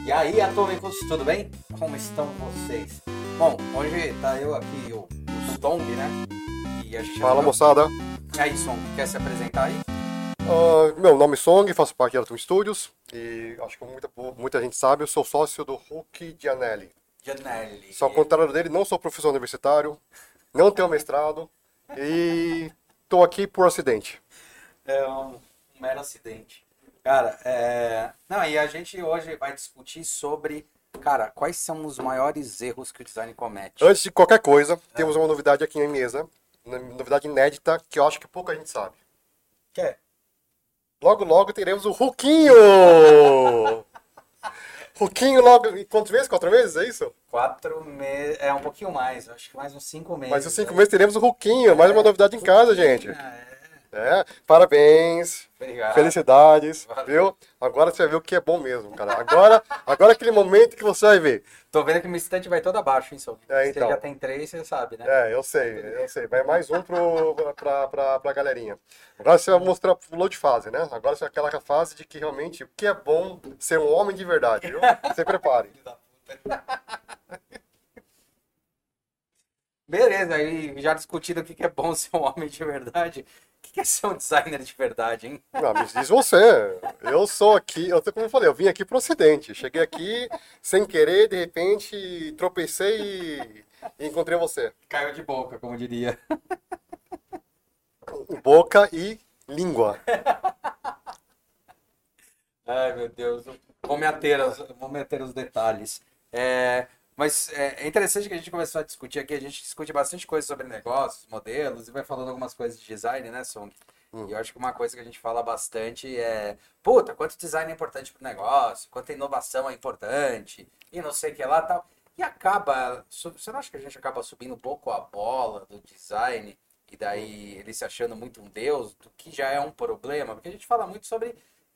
E aí, atômicos, tudo bem? Como estão vocês? Bom, hoje tá eu aqui, o Song, né? E a gente Fala, moçada. Aí, Song, quer se apresentar aí? Meu nome é Song, faço parte da Atom Studios e acho que muita gente sabe, eu sou sócio do Hulk Gianelli. Janelli. Só ao contrário dele, não sou professor universitário, não tenho mestrado e estou aqui por acidente. É um mero acidente. Cara, não, e a gente hoje vai discutir sobre, cara, quais são os maiores erros que o design comete. Antes de qualquer coisa, temos uma novidade aqui na mesa, uma novidade inédita que eu acho que pouca gente sabe. Que é? Logo, logo teremos o Hulkinho! Hulkinho logo, quantos meses? 4 meses, é isso? 4 meses, um pouquinho mais, acho que mais uns 5 meses. Mas em 5 aí. meses teremos o Hulkinho, mais uma novidade em casa, gente. Parabéns, Obrigado. felicidades, Valeu. viu? Agora você vai ver o que é bom mesmo, cara. Agora é aquele momento que você vai ver. Tô vendo que minha estante vai toda abaixo, hein, Song? Então. Você já tem 3, você sabe, né? Eu sei. Vai mais um pra galerinha. Agora você vai mostrar o load fase, né? Agora você é aquela fase de que realmente o que é bom ser um homem de verdade, viu? Se prepare. Beleza, aí já discutido o que é bom ser um homem de verdade. O que é ser um designer de verdade, hein? Não, me diz você. Eu sou aqui, como eu falei, eu vim aqui pro acidente. Cheguei aqui sem querer, de repente tropecei e encontrei você. Caiu de boca, como diria. Boca e língua. Ai, meu Deus. Vou meter os detalhes. Mas é interessante que a gente começou a discutir aqui. A gente discute bastante coisa sobre negócios, modelos, e vai falando algumas coisas de design, né, Song? E eu acho que uma coisa que a gente fala bastante é... Puta, quanto design é importante pro negócio, quanta inovação é importante, e não sei o que lá e tal. E acaba... Você não acha que a gente acaba subindo um pouco a bola do design, e daí ele se achando muito um deus, do que já é um problema? Porque a gente fala muito sobre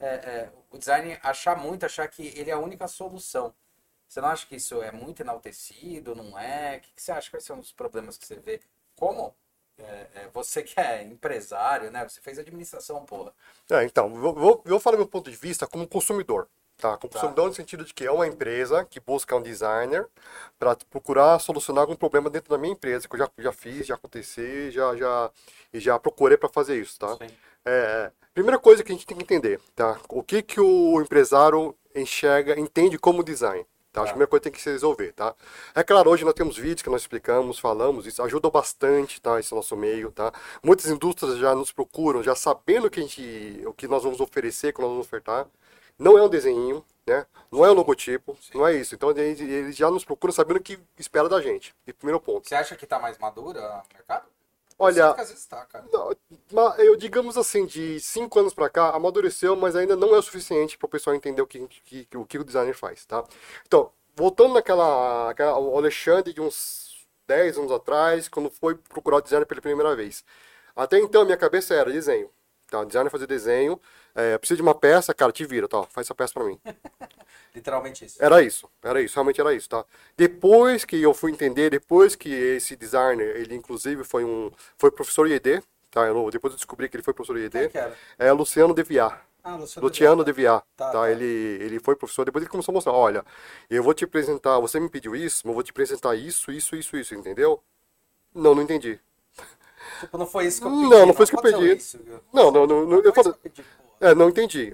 o design achar que ele é a única solução. Você não acha que isso é muito enaltecido, não é? O que você acha? Quais são os problemas que você vê? Como você que é empresário, né? Você fez administração, porra. Então, vou falar meu ponto de vista como consumidor. Tá? Como consumidor no sentido de que é uma empresa que busca um designer para procurar solucionar algum problema dentro da minha empresa, que eu já fiz, já aconteceu, já procurei para fazer isso, tá? Sim. Primeira coisa que a gente tem que entender, tá? O que o empresário entende como design. Tá? Acho que a primeira coisa tem que se resolver, tá? É claro, hoje nós temos vídeos que nós explicamos, falamos, isso ajuda bastante, tá? Esse nosso meio, tá? Muitas indústrias já nos procuram, já sabendo o que nós vamos oferecer, o que nós vamos ofertar. Não é um desenho, né? Não é um logotipo, não é isso. Então eles já nos procuram sabendo o que espera da gente. E primeiro ponto. Você acha que tá mais madura o mercado? Olha, Eu sinto que às vezes tá, cara. eu digamos assim, de 5 anos pra cá, amadureceu, mas ainda não é o suficiente para o pessoal entender o que o designer faz, tá? Então, voltando o Alexandre de uns 10 anos atrás, quando foi procurar o designer pela primeira vez. Até então, a minha cabeça era desenho. Tá? O designer fazia desenho, precisa de uma peça, cara, te vira, tá? Faz essa peça pra mim. Literalmente isso. Era isso, realmente era isso, tá? Depois que eu fui entender, depois que esse designer, ele inclusive foi professor IED, tá? Depois eu descobri que ele foi professor IED. Quem que era? É Luciano Deviar. Luciano Deviar, Tá, tá? tá. Ele foi professor, depois ele começou a mostrar, olha, eu vou te apresentar, você me pediu isso, mas eu vou te apresentar isso, entendeu? Não entendi. Tipo, não foi isso que eu pedi. Não foi isso que eu aconteceu pedi. isso. Não, Foi eu isso falo, que eu pedi, porra. não entendi.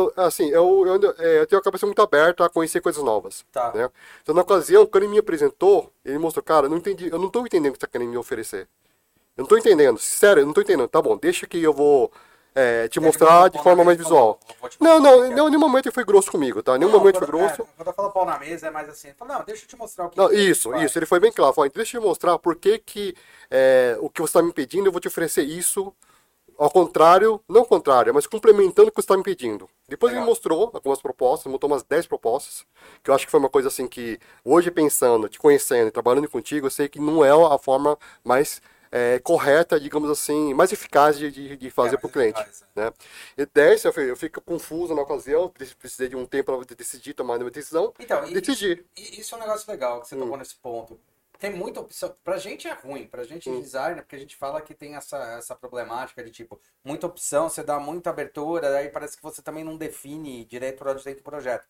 Eu tenho a cabeça muito aberta a conhecer coisas novas. Tá. Né? Então, na ocasião, quando ele me apresentou, ele mostrou, cara, eu não entendi, eu não tô entendendo o que você tá querendo me oferecer. Eu não tô entendendo, sério, eu não tô entendendo. Tá bom, deixa que eu vou te mostrar de forma mais visual. Não, em nenhum momento ele foi grosso comigo, tá? Em nenhum momento foi grosso. Quando eu falo pau na mesa, é mais assim. Fala, não, deixa eu te mostrar o que Não, que isso, faz. ele foi bem claro. Falou, deixa eu te mostrar por que o que você está me pedindo, eu vou te oferecer isso. Ao contrário, não ao contrário, mas complementando o que você está me pedindo. Depois Legal. ele mostrou algumas propostas, montou umas 10 propostas, que eu acho que foi uma coisa assim que, hoje pensando, te conhecendo e trabalhando contigo, eu sei que não é a forma mais correta, digamos assim, mais eficaz de fazer para o cliente. Eficaz, Né? E 10, eu fico confuso na ocasião, precisei de um tempo para decidir, tomar uma decisão, Então, decidi. isso é um negócio legal que você tocou nesse ponto. Tem muita opção. Pra gente é ruim, pra gente designer, porque a gente fala que tem essa problemática de tipo, muita opção, você dá muita abertura, daí parece que você também não define direito para onde tem que ir o projeto.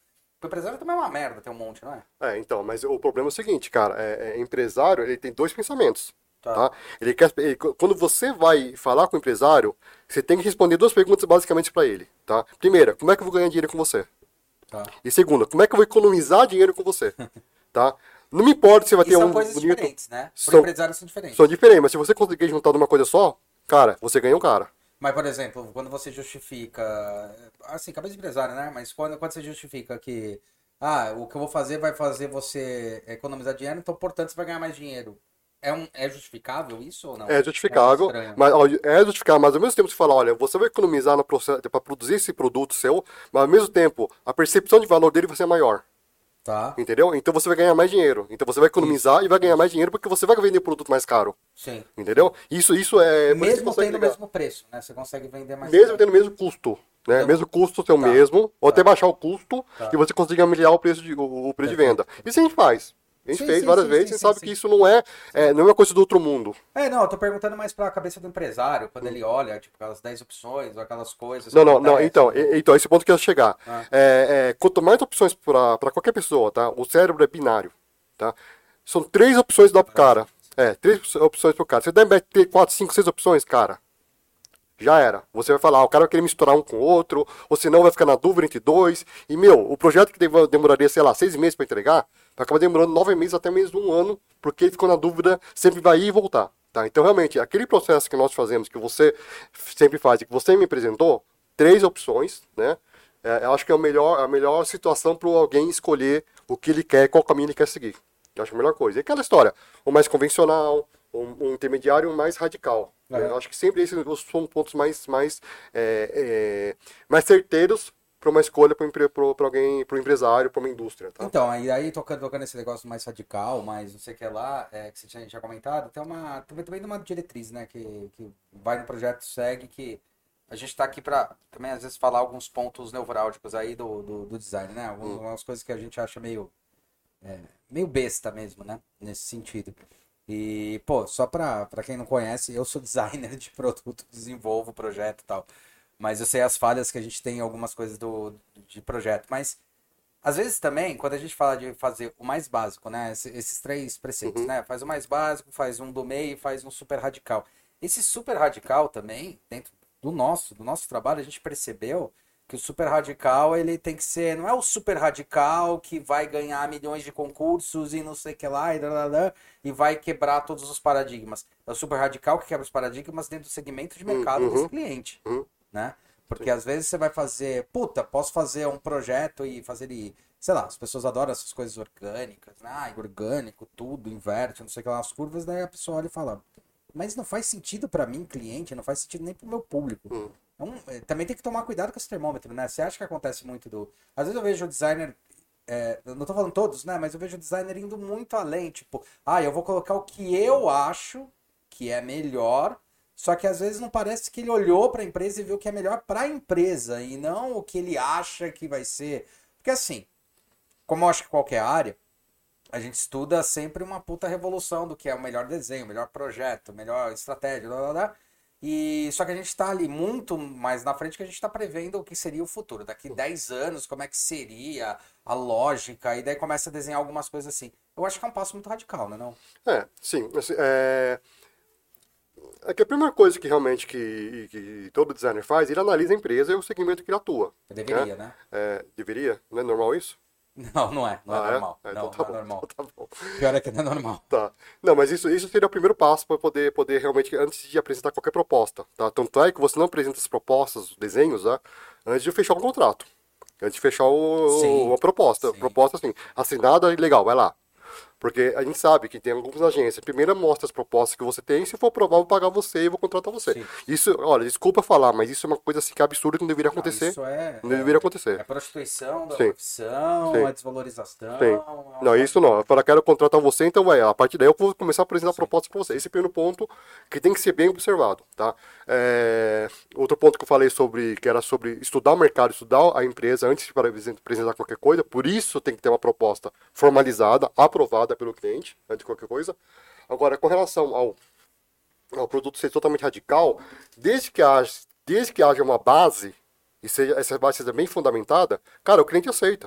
O empresário também é uma merda, tem um monte, não é? Então, mas o problema é o seguinte, cara, empresário, ele tem dois pensamentos, Tá. tá? Quando você vai falar com o empresário, você tem que responder duas perguntas basicamente para ele, tá? Primeira, como é que eu vou ganhar dinheiro com você? Tá. E segunda, como é que eu vou economizar dinheiro com você, tá? Não me importa se você vai E ter são um coisas bonito... diferentes, né? Por São, empresários são diferentes. são diferentes, mas se você conseguir juntar numa coisa só, cara, você ganha um cara. Mas, por exemplo, quando você justifica. Assim, cabeça de empresário, né? Mas quando você justifica que. O que eu vou fazer vai fazer você economizar dinheiro, então, portanto, você vai ganhar mais dinheiro. É justificável isso ou não? É É muito justificável, estranho. mas ó, é justificável, mas ao mesmo tempo você fala, olha, você vai economizar no processo para produzir esse produto seu, mas ao mesmo tempo a percepção de valor dele vai ser maior. Tá? Entendeu? Então você vai ganhar mais dinheiro. Então você vai economizar e vai ganhar mais dinheiro porque você vai vender produto mais caro. Sim. Entendeu? Isso é. Por isso que Mesmo consegue tendo o ligar. mesmo preço, né? Você consegue vender mais Mesmo caro. tendo o mesmo custo. Né? Então, Mesmo custo ser o tá. mesmo, ou até baixar o custo Tá. e você conseguir ampliar o preço o preço de venda. Perfeito. Isso a gente faz. A gente Sim, fez sim, várias sim, vezes sim, e sim, sabe sim. que isso não não é uma coisa do outro mundo. Não, eu tô perguntando mais pra cabeça do empresário, quando ele olha, tipo, aquelas 10 opções, ou aquelas coisas que Não. acontecem, Então, esse ponto que eu ia chegar. Ah. Quanto mais opções para qualquer pessoa, tá? O cérebro é binário, tá? São três opções dá pro cara. Três opções pro cara. Você deve ter 4, 5, 6 opções, cara. Já era. Você vai falar, o cara vai querer misturar um com o outro, ou senão vai ficar na dúvida entre dois. E, o projeto que demoraria, sei lá, 6 meses para entregar, vai acabar demorando 9 meses até mesmo um ano, porque ele ficou na dúvida, sempre vai ir e voltar. Tá? Então, realmente, aquele processo que nós fazemos, que você sempre faz e que você me apresentou, 3 opções, né? Eu acho que é a melhor situação para alguém escolher o que ele quer, qual caminho ele quer seguir. Eu acho a melhor coisa. E aquela história, o mais convencional, um intermediário, um mais radical. Né? Eu acho que sempre esses são pontos mais certeiros para uma escolha para alguém, para um empresário, para uma indústria. Tá? Então, aí tocando esse negócio mais radical, mais não sei o que lá, que você tinha comentado, também uma diretriz, né, que vai no projeto, segue, que a gente tá aqui pra também, às vezes, falar alguns pontos nevrálgicos aí do design, né, algumas coisas que a gente acha meio besta mesmo, né, nesse sentido. E, pô, só pra quem não conhece, eu sou designer de produto, desenvolvo projeto e tal, mas eu sei as falhas que a gente tem em algumas coisas de projeto, mas às vezes também, quando a gente fala de fazer o mais básico, né? Esses 3 preceitos, Uhum. né? Faz o mais básico, faz um do meio e faz um super radical. Esse super radical também, dentro do nosso trabalho, a gente percebeu que o super radical, ele tem que ser, não é o super radical que vai ganhar milhões de concursos e não sei o que lá, e vai quebrar todos os paradigmas. É o super radical que quebra os paradigmas dentro do segmento de mercado desse cliente, né? Porque às vezes você vai fazer, posso fazer um projeto e fazer ele, sei lá, as pessoas adoram essas coisas orgânicas, né? Orgânico, tudo, inverte, não sei o que lá, as curvas, daí a pessoa olha e fala, mas não faz sentido para mim, cliente, não faz sentido nem pro meu público. Então, também tem que tomar cuidado com esse termômetro, né? Você acha que acontece muito Às vezes eu vejo o designer, eu não tô falando todos, né? Mas eu vejo o designer indo muito além, tipo, eu vou colocar o que eu acho que é melhor. Só que às vezes não parece que ele olhou para a empresa e viu o que é melhor para a empresa e não o que ele acha que vai ser. Porque assim, como eu acho que qualquer área, a gente estuda sempre uma puta revolução do que é o melhor desenho, o melhor projeto, a melhor estratégia, blá, blá, blá. E só que a gente está ali muito mais na frente que a gente está prevendo o que seria o futuro. Daqui 10 anos, como é que seria a lógica, e daí começa a desenhar algumas coisas assim. Eu acho que é um passo muito radical, né, não? Sim. Assim, que a primeira coisa que realmente que todo designer faz, ele analisa a empresa e o segmento que ele atua. Deveria, né? Deveria? Não é normal isso? Não, não é. Não é normal. Então Não, tá não é bom, normal. então tá bom. Pior é que não é normal. Tá. Não, mas isso seria o primeiro passo para poder realmente, antes de apresentar qualquer proposta, tá? Tanto é que você não apresenta as propostas, os desenhos, tá? Antes de fechar um contrato. Antes de fechar Sim, uma proposta. sim. Proposta assim, assinada e legal, vai lá. Porque a gente sabe que tem algumas agências. Primeiro mostra as propostas que você tem, se for aprovar, eu vou pagar você e vou contratar você. Sim. Isso, olha, desculpa falar, mas isso é uma coisa assim que é absurda que não deveria acontecer. Isso não deveria acontecer. É prostituição da Sim. profissão, Sim. é desvalorização. Sim. Não, isso não. Eu falo, quero contratar você, então a partir daí eu vou começar a apresentar propostas para você. Esse é o primeiro ponto que tem que ser bem observado, tá? Outro ponto que eu falei que era sobre estudar o mercado, estudar a empresa antes de apresentar qualquer coisa, por isso tem que ter uma proposta formalizada, aprovada pelo cliente, antes de qualquer coisa. Agora, com relação ao produto ser totalmente radical, desde que haja uma base, e essa base seja bem fundamentada, cara, o cliente aceita.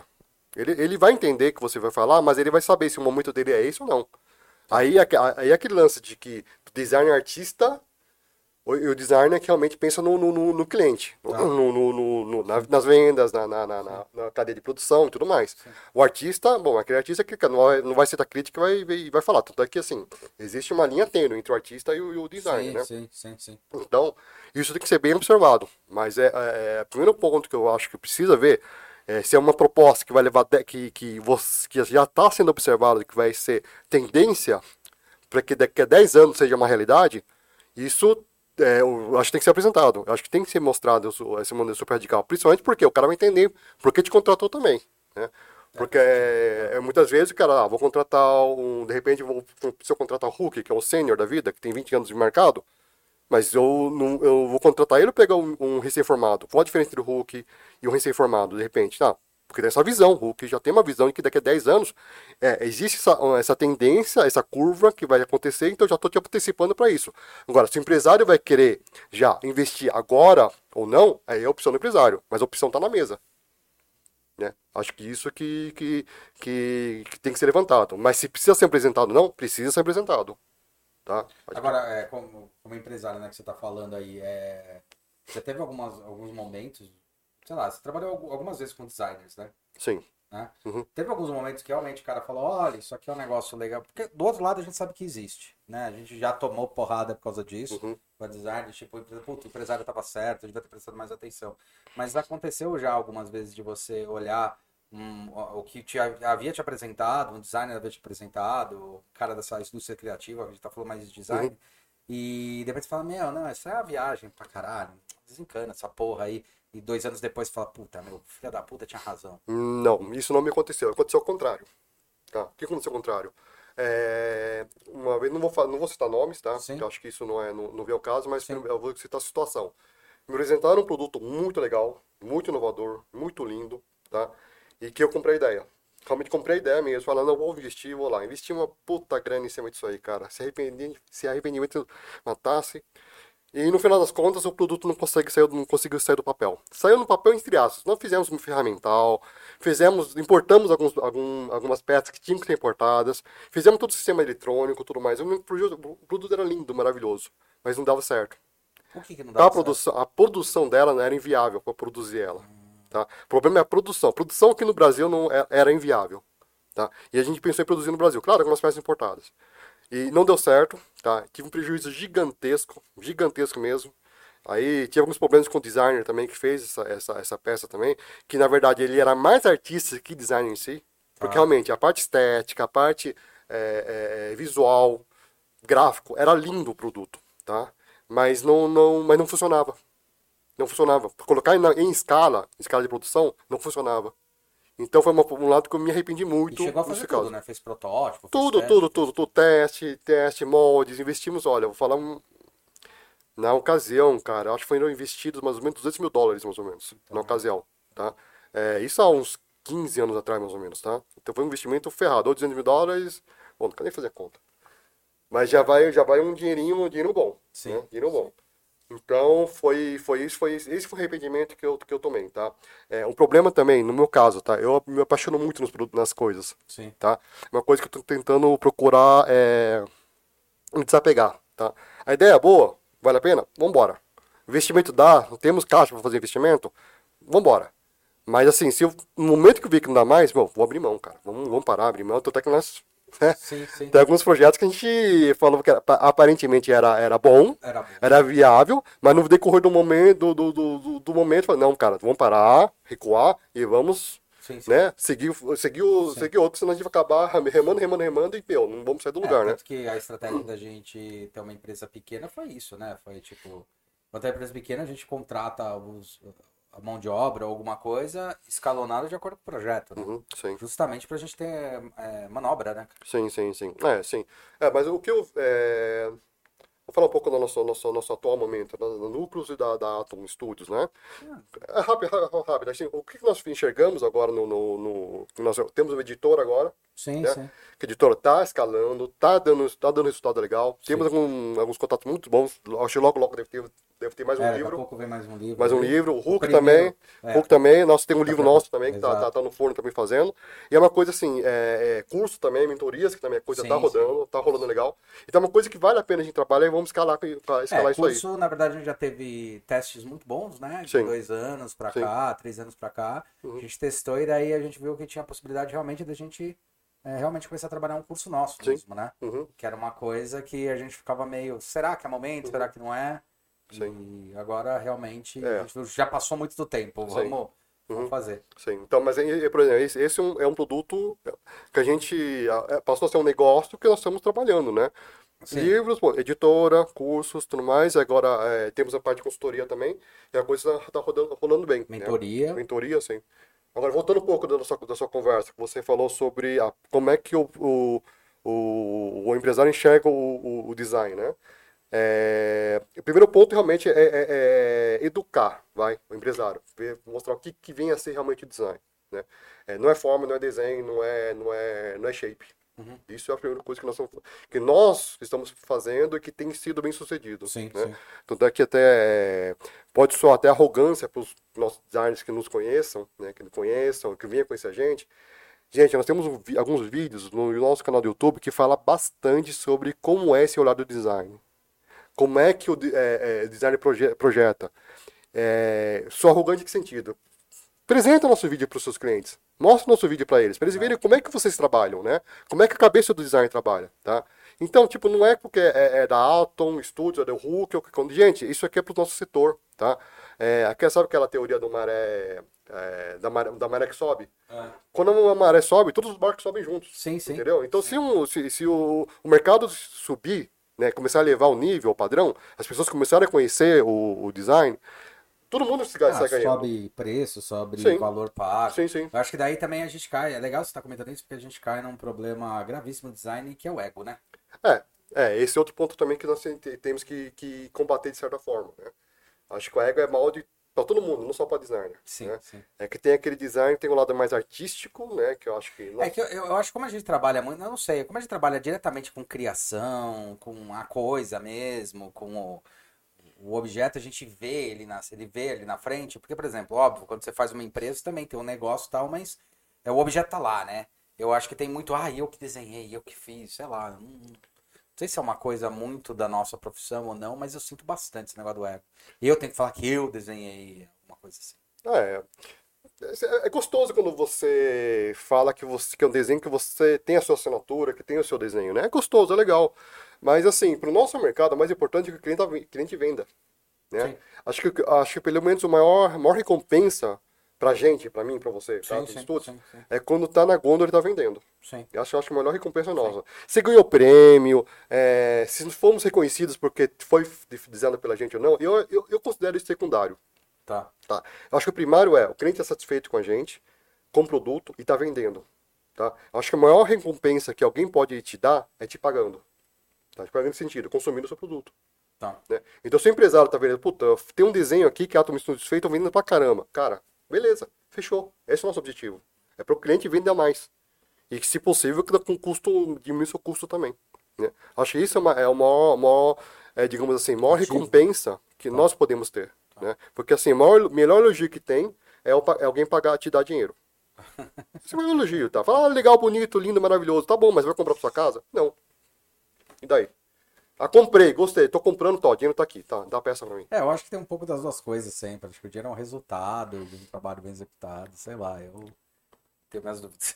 Ele vai entender que você vai falar, mas ele vai saber se o momento dele é esse ou não. Aí aquele lance de que o designer artista, o designer que realmente pensa no cliente, Tá. nas vendas, Sim. na cadeia de produção e tudo mais. Sim. O artista, bom, aquele artista que não vai ser da crítica e vai falar. Tanto é que, assim, existe uma linha tênue entre o artista e o designer, Sim, né? sim, sim, sim. Então, isso tem que ser bem observado. Mas o primeiro ponto que eu acho que precisa ver é se é uma proposta que vai levar, que já está sendo observada, que vai ser tendência para que daqui a 10 anos seja uma realidade, isso eu acho que tem que ser apresentado. Eu acho que tem que ser mostrado esse modelo super radical. Principalmente porque o cara vai entender por que te contratou também. Né? Porque Faz sentido. muitas vezes o cara, vou contratar de repente, se eu contratar o Hulk, que é o sênior da vida, que tem 20 anos de mercado, mas eu vou contratar ele ou pegar um recém-formado? Qual a diferença entre o Hulk e o recém-formado, de repente? Tá, porque tem essa visão, o Hulk já tem uma visão de que daqui a 10 anos existe essa tendência, essa curva que vai acontecer, então eu já estou te antecipando para isso. Agora, se o empresário vai querer já investir agora ou não, aí é a opção do empresário, mas a opção está na mesa. Né? Acho que isso que tem que ser levantado. Mas se precisa ser apresentado ou não, precisa ser apresentado. Tá? Acho que Agora, como empresário, né, que você está falando aí, você teve alguns momentos, sei lá, você trabalhou algumas vezes com designers, né? sim. Né? Uhum, Teve alguns momentos que realmente o cara falou, olha, isso aqui é um negócio legal. Porque do outro lado a gente sabe que existe, né? A gente já tomou porrada por causa disso, uhum. com a design, tipo, o empresário estava certo, eu devia ter prestado mais atenção. Mas aconteceu já algumas vezes de você olhar o que havia te apresentado, um designer havia te apresentado, o cara dessa indústria criativa, a gente tá falando mais de Uhum. design, e depois você fala, meu, não, isso é uma viagem pra caralho, desencana essa porra aí. E 2 anos depois você fala, puta, meu, filho da puta tinha razão. Não, isso não me aconteceu. Aconteceu ao contrário. Tá? O que aconteceu ao contrário? Uma vez, não vou citar nomes, tá? Porque Sim, eu acho que isso não vem ao caso, mas sim. eu vou citar a situação. Me apresentaram um produto muito legal, muito inovador, muito lindo, tá? E que eu comprei a ideia. Realmente comprei a ideia mesmo, falando, não, vou investir, vou lá. Investi uma puta grana em cima disso aí, cara. Se arrependimento matasse. E no final das contas, o produto não conseguiu sair do papel. Saiu no papel entre aspas. Nós fizemos um ferramental, importamos algumas peças que tinham que ser importadas, fizemos todo o sistema eletrônico, tudo mais. O produto era lindo, maravilhoso, mas não dava certo. Por que não dava certo? A produção dela não era inviável para produzir ela. Tá? O problema é a produção. A produção aqui no Brasil não era inviável. Tá? E a gente pensou em produzir no Brasil, claro, algumas peças importadas. E não deu certo, tá? Tive um prejuízo gigantesco, gigantesco mesmo. Aí tive alguns problemas com o designer também que fez essa peça também, que na verdade ele era mais artista que designer em si, porque Tá. realmente a parte estética, a parte visual, gráfico, era lindo o produto, tá? Mas não funcionava. Não funcionava. Colocar em escala de produção, não funcionava. Então foi um lado que eu me arrependi E muito chegou a fazer nesse tudo, caso. né? Fez protótipo, fez Tudo, teste, tudo, fez tudo, tudo. tudo. Teste, moldes, investimos, olha, vou falar na ocasião, cara, acho que foram investidos mais ou menos US$ 200.000, mais ou menos, na Então, ocasião, tá? Isso há uns 15 anos atrás, mais ou menos, tá? Então foi um investimento ferrado, ou US$ 200.000, bom, não quero nem fazer conta. Mas é, já vai um dinheiro bom, sim, né? Dinheiro sim. bom. Então, esse foi o arrependimento que eu tomei, tá? Um problema também, no meu caso, tá? Eu me apaixono muito nas coisas, Sim. tá? Uma coisa que eu tô tentando procurar me desapegar, tá? A ideia é boa, vale a pena? Vambora. Investimento dá, temos caixa para fazer investimento? Vambora. Mas assim, se no momento que eu vi que não dá mais, bom, vou abrir mão, cara. Vamos parar, abrir mão. Tô até que nós, né? Sim, sim. Tem alguns projetos que a gente falou que aparentemente era bom, Era bom. era viável, mas no decorrer do momento, falei, não, cara, vamos parar, recuar e vamos, Sim, sim. né, seguir Sim. outro, senão a gente vai acabar remando e, meu, não vamos sair do lugar, né? Tanto que a estratégia da gente ter uma empresa pequena foi isso, né? Foi tipo, quando é empresa pequena, a gente contrata a mão de obra ou alguma coisa escalonada de acordo com o projeto, né? Uhum, sim. Justamente pra gente ter manobra, né? Sim, sim, sim. Sim. Mas o que eu. Vou falar um pouco do nosso atual momento, da Núcleos e da Atom Studios, né? Ah, Rápido, rápido. Assim, o que nós enxergamos agora nós temos um editor agora, Sim, né? sim. Que a editora tá escalando, tá dando resultado legal. Sim. Temos alguns contatos muito bons. Acho que logo deve ter mais um Daqui a livro. pouco vem mais um livro Mais um aí. livro. O O Hulk também. primeiro, Hulk também. Nós temos um tá livro nosso também que exato. tá no forno também fazendo. E é uma coisa assim, curso também, mentorias, que também a coisa Sim, tá rodando, sim. tá rolando legal. Então é uma coisa que vale a pena a gente trabalhar e vamos escalar isso aí. Curso, na verdade, a gente já teve testes muito bons, né? De Sim, 2 anos pra sim. cá, 3 anos pra cá. A Uhum. gente testou e daí a gente viu que tinha a possibilidade realmente da gente realmente começar a trabalhar um curso nosso Sim. mesmo, né? Uhum. Que era uma coisa que a gente ficava meio, será que é momento? Será Uhum. que não é? Sim. E agora realmente a É. gente viu, já passou muito do tempo, Sim. vamos Uhum. fazer. Sim. Então, mas, por exemplo, esse é um produto que a gente passou a ser um negócio que nós estamos trabalhando, né? Sim, Livros, bom, editora, cursos, tudo mais. Agora temos a parte de consultoria também. E a coisa está rolando bem, né? mentoria. Mentoria, sim. Agora, voltando um pouco da sua conversa, que você falou sobre como é que o empresário enxerga o design, né? O primeiro ponto realmente é educar, o empresário, mostrar o que vem a ser realmente o design, né? Não é forma, não é desenho, não é shape. Uhum. Isso é a primeira coisa que nós estamos fazendo e que tem sido bem sucedido, Sim, né? sim. Tanto é que até pode soar até arrogância para os nossos designers que nos conheçam, né? Que nos conheçam, que venham conhecer a gente. Gente, nós temos alguns vídeos no nosso canal do YouTube que fala bastante sobre como é esse olhar do design. Como é que o design projeta? Sou arrogante em que sentido? Apresenta nosso vídeo para os seus clientes. Mostra o nosso vídeo para eles verem como é que vocês trabalham, né? Como é que a cabeça do design trabalha, tá? Então, tipo, não é porque é da Alton Studios, é da Hulk, gente, isso aqui é para o nosso setor, tá? Sabe aquela teoria da maré que sobe? É. Quando uma maré sobe, todos os barcos sobem juntos, Sim, sim. entendeu? Então, Sim. se o mercado subir, né, começar a elevar o nível, o padrão, as pessoas começarem a conhecer o design, todo mundo sai ganhando. Sobe preço, sobe Sim, valor pago. sim, sim. Eu acho que daí também a gente cai. É legal você estar comentando isso, porque a gente cai num problema gravíssimo do design, que é o ego, né? Esse é outro ponto também que nós temos que combater de certa forma, né? Acho que o ego é mal para todo mundo, não só para designer, Sim, né? sim. É que tem aquele design, tem um lado mais artístico, né? Que eu acho que... É que eu acho que como a gente trabalha muito, eu não sei, como a gente trabalha diretamente com criação, com a coisa mesmo, com o objeto, a gente vê ele vê ali na frente, porque, por exemplo, óbvio, quando você faz uma empresa, também tem um negócio e tal, mas o objeto tá lá, né? Eu acho que tem muito, eu que desenhei, eu que fiz, sei lá. Não sei se é uma coisa muito da nossa profissão ou não, mas eu sinto bastante esse negócio do ego. Eu tenho que falar que eu desenhei, uma coisa assim. É, é gostoso quando você fala que é um desenho que você tem a sua assinatura, que tem o seu desenho, né? É gostoso, é legal. Mas assim, para o nosso mercado, o mais importante é que o cliente venda, né? Sim, Acho que pelo menos a maior recompensa pra gente, pra mim, pra você, tá? sim, Dos sim, estudos, sim, sim, é quando tá na gôndola e tá vendendo. sim, Eu acho que a melhor recompensa é sim. nossa. Você ganhou prêmio, se não fomos reconhecidos porque foi desenhado pela gente ou não, eu considero isso secundário, Tá. tá? Eu acho que o primário é o cliente é satisfeito com a gente, com o produto e tá vendendo, tá? Eu acho que a maior recompensa que alguém pode te dar é te pagando, tá? Te pagando nesse sentido, consumindo o seu produto. Tá. Né? Então, se o empresário tá vendo, puta, tem um desenho aqui que a Atom Studios fez, tô vendendo pra caramba. Cara, beleza, fechou. Esse é o nosso objetivo. É para o cliente vender mais. E que, se possível, que com custo, diminui seu custo também. Né? Acho que isso é o maior digamos assim, maior Ativo. recompensa que Tá. nós podemos ter. Tá. Né? Porque assim, melhor elogio que tem é alguém te dar dinheiro. Isso é um elogio, tá? Fala, legal, bonito, lindo, maravilhoso. Tá bom, mas vai comprar pra sua casa? Não. E daí? Comprei, gostei, tô comprando, o dinheiro tá aqui, tá? Dá a peça pra mim. Eu acho que tem um pouco das duas coisas sempre. Acho que o dinheiro é um resultado de um trabalho bem executado, sei lá, eu tenho minhas dúvidas.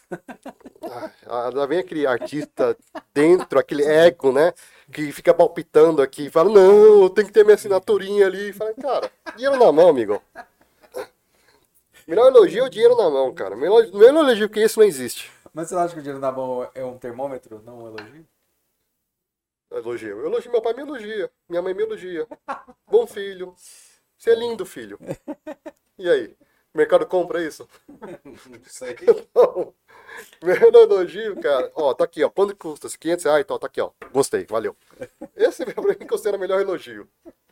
Lá vem aquele artista dentro, aquele ego, né? Que fica palpitando aqui, fala, não, tem que ter minha assinaturinha ali. Fala, cara, dinheiro na mão, amigo. Melhor elogio é o dinheiro na mão, cara. Melhor elogio que isso não existe. Mas você acha que o dinheiro na mão é um termômetro, não um elogio? Elogio. Meu pai me elogia, minha mãe me elogia. Bom filho. Você é lindo, filho. E aí? O mercado compra isso? Não sei. Não. Melhor elogio, cara. Ó, tá aqui, ó. Quanto custa? R$ 500? Então, tá aqui, ó. Gostei, valeu. Esse pra mim considera o melhor elogio.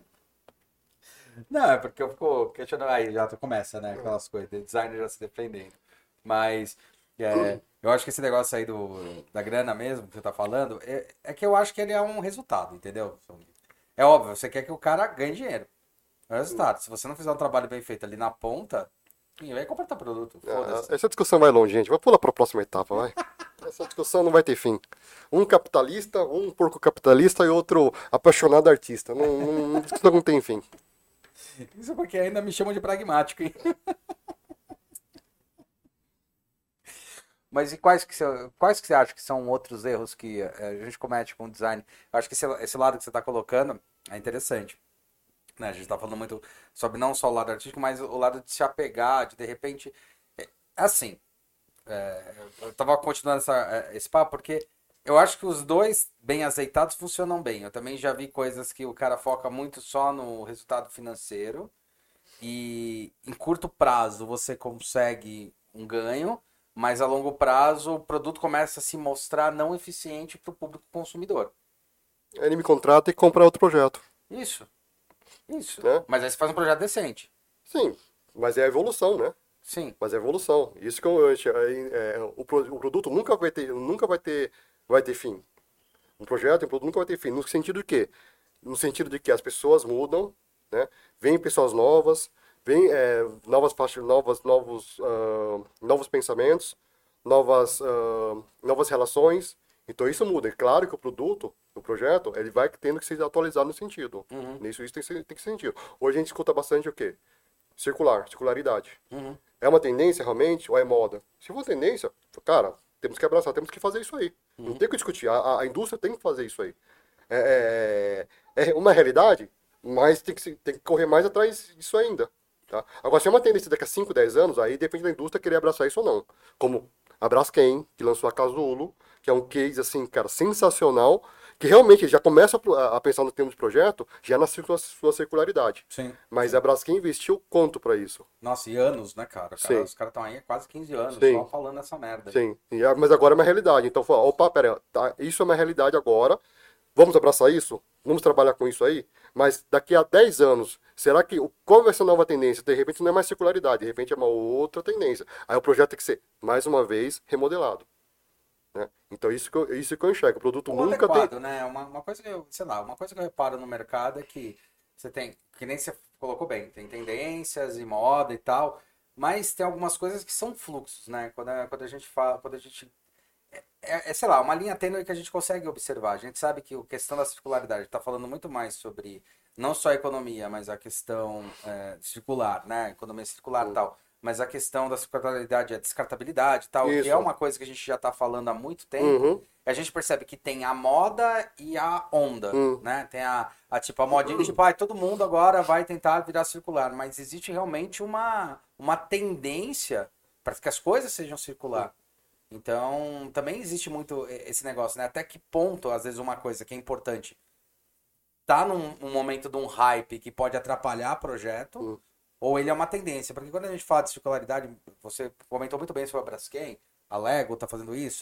Não, é porque eu fico questionando. Aí já começa, né? Aquelas coisas, de designer já se defendendo. Mas Eu acho que esse negócio aí da grana mesmo, que você tá falando, é que eu acho que ele é um resultado, entendeu? É óbvio, você quer que o cara ganhe dinheiro. É o resultado. Se você não fizer um trabalho bem feito ali na ponta, ninguém vai comprar teu produto. Foda-se. Essa discussão vai longe, gente. Vai pular para a próxima etapa, vai. Essa discussão não vai ter fim. Um capitalista, um porco capitalista e outro apaixonado artista. Discussão não tem fim. Isso porque ainda me chamam de pragmático, hein? Mas e quais que você acha que são outros erros que a gente comete com o design? Eu acho que esse lado que você está colocando é interessante. Né? A gente está falando muito sobre não só o lado artístico, mas o lado de se apegar, de repente. Assim, eu estava continuando esse papo porque eu acho que os dois bem azeitados funcionam bem. Eu também já vi coisas que o cara foca muito só no resultado financeiro e em curto prazo você consegue um ganho, mas a longo prazo o produto começa a se mostrar não eficiente para o público consumidor. Aí ele me contrata e compra outro projeto. Isso, isso. Né? Mas aí você faz um projeto decente. Sim, mas é a evolução, né? Sim. Mas é evolução. Isso que o produto vai ter fim. Um projeto, um produto nunca vai ter fim. No sentido de quê? No sentido de que as pessoas mudam, né? Vêm pessoas novas, vêm novas faixas, novos pensamentos, novas relações. Então isso muda. É claro que o projeto, ele vai tendo que ser atualizado no sentido. Uhum. Isso tem que ser sentido. Hoje a gente escuta bastante o quê? Circularidade. Uhum. É uma tendência realmente ou é moda? Se for tendência, cara, temos que abraçar, temos que fazer isso aí. Não tem o que discutir. A indústria tem que fazer isso aí. É uma realidade, mas tem que correr mais atrás disso ainda. Tá? Agora, se é uma tendência daqui a 5, 10 anos, aí depende da indústria querer abraçar isso ou não. Como a Braskem, que lançou a Casulo, que é um case, assim, cara, sensacional, que realmente já começa a pensar no termo de projeto, já na sua circularidade. Sim. Mas a Braskem investiu quanto para isso? Nossa, e anos, né, cara? Sim. Os caras estão aí há quase 15 anos Sim. só falando essa merda. Sim, mas agora é uma realidade. Então, opa, pera, tá, isso é uma realidade agora. Vamos abraçar isso? Vamos trabalhar com isso aí? Mas daqui a 10 anos, será que qual vai ser a nova tendência? De repente não é mais circularidade, de repente é uma outra tendência. Aí o projeto tem que ser, mais uma vez, remodelado. Né? Então, isso que eu enxergo. O produto Ou nunca adequado, tem. né? Uma coisa que eu, sei lá, uma coisa que eu reparo no mercado é que você tem, que nem você colocou bem, tem tendências e moda e tal, mas tem algumas coisas que são fluxos, né? Quando a gente fala, quando a gente sei lá, uma linha tênue que a gente consegue observar. A gente sabe que a questão da circularidade está falando muito mais sobre não só a economia, mas a questão circular, né? Economia circular e tal. Mas a questão da circularidade, a descartabilidade e tal, que é Isso. uma coisa que a gente já está falando há muito tempo. Uhum. A gente percebe que tem a moda e a onda, né? Tem tipo, a modinha, tipo, todo mundo agora vai tentar virar circular. Mas existe realmente uma tendência para que as coisas sejam circular. Então, também existe muito esse negócio, né? Até que ponto, às vezes, uma coisa que é importante tá num momento de um hype que pode atrapalhar projeto, ou ele é uma tendência. Porque quando a gente fala de circularidade, você comentou muito bem sobre a Braskem, a Lego tá fazendo isso,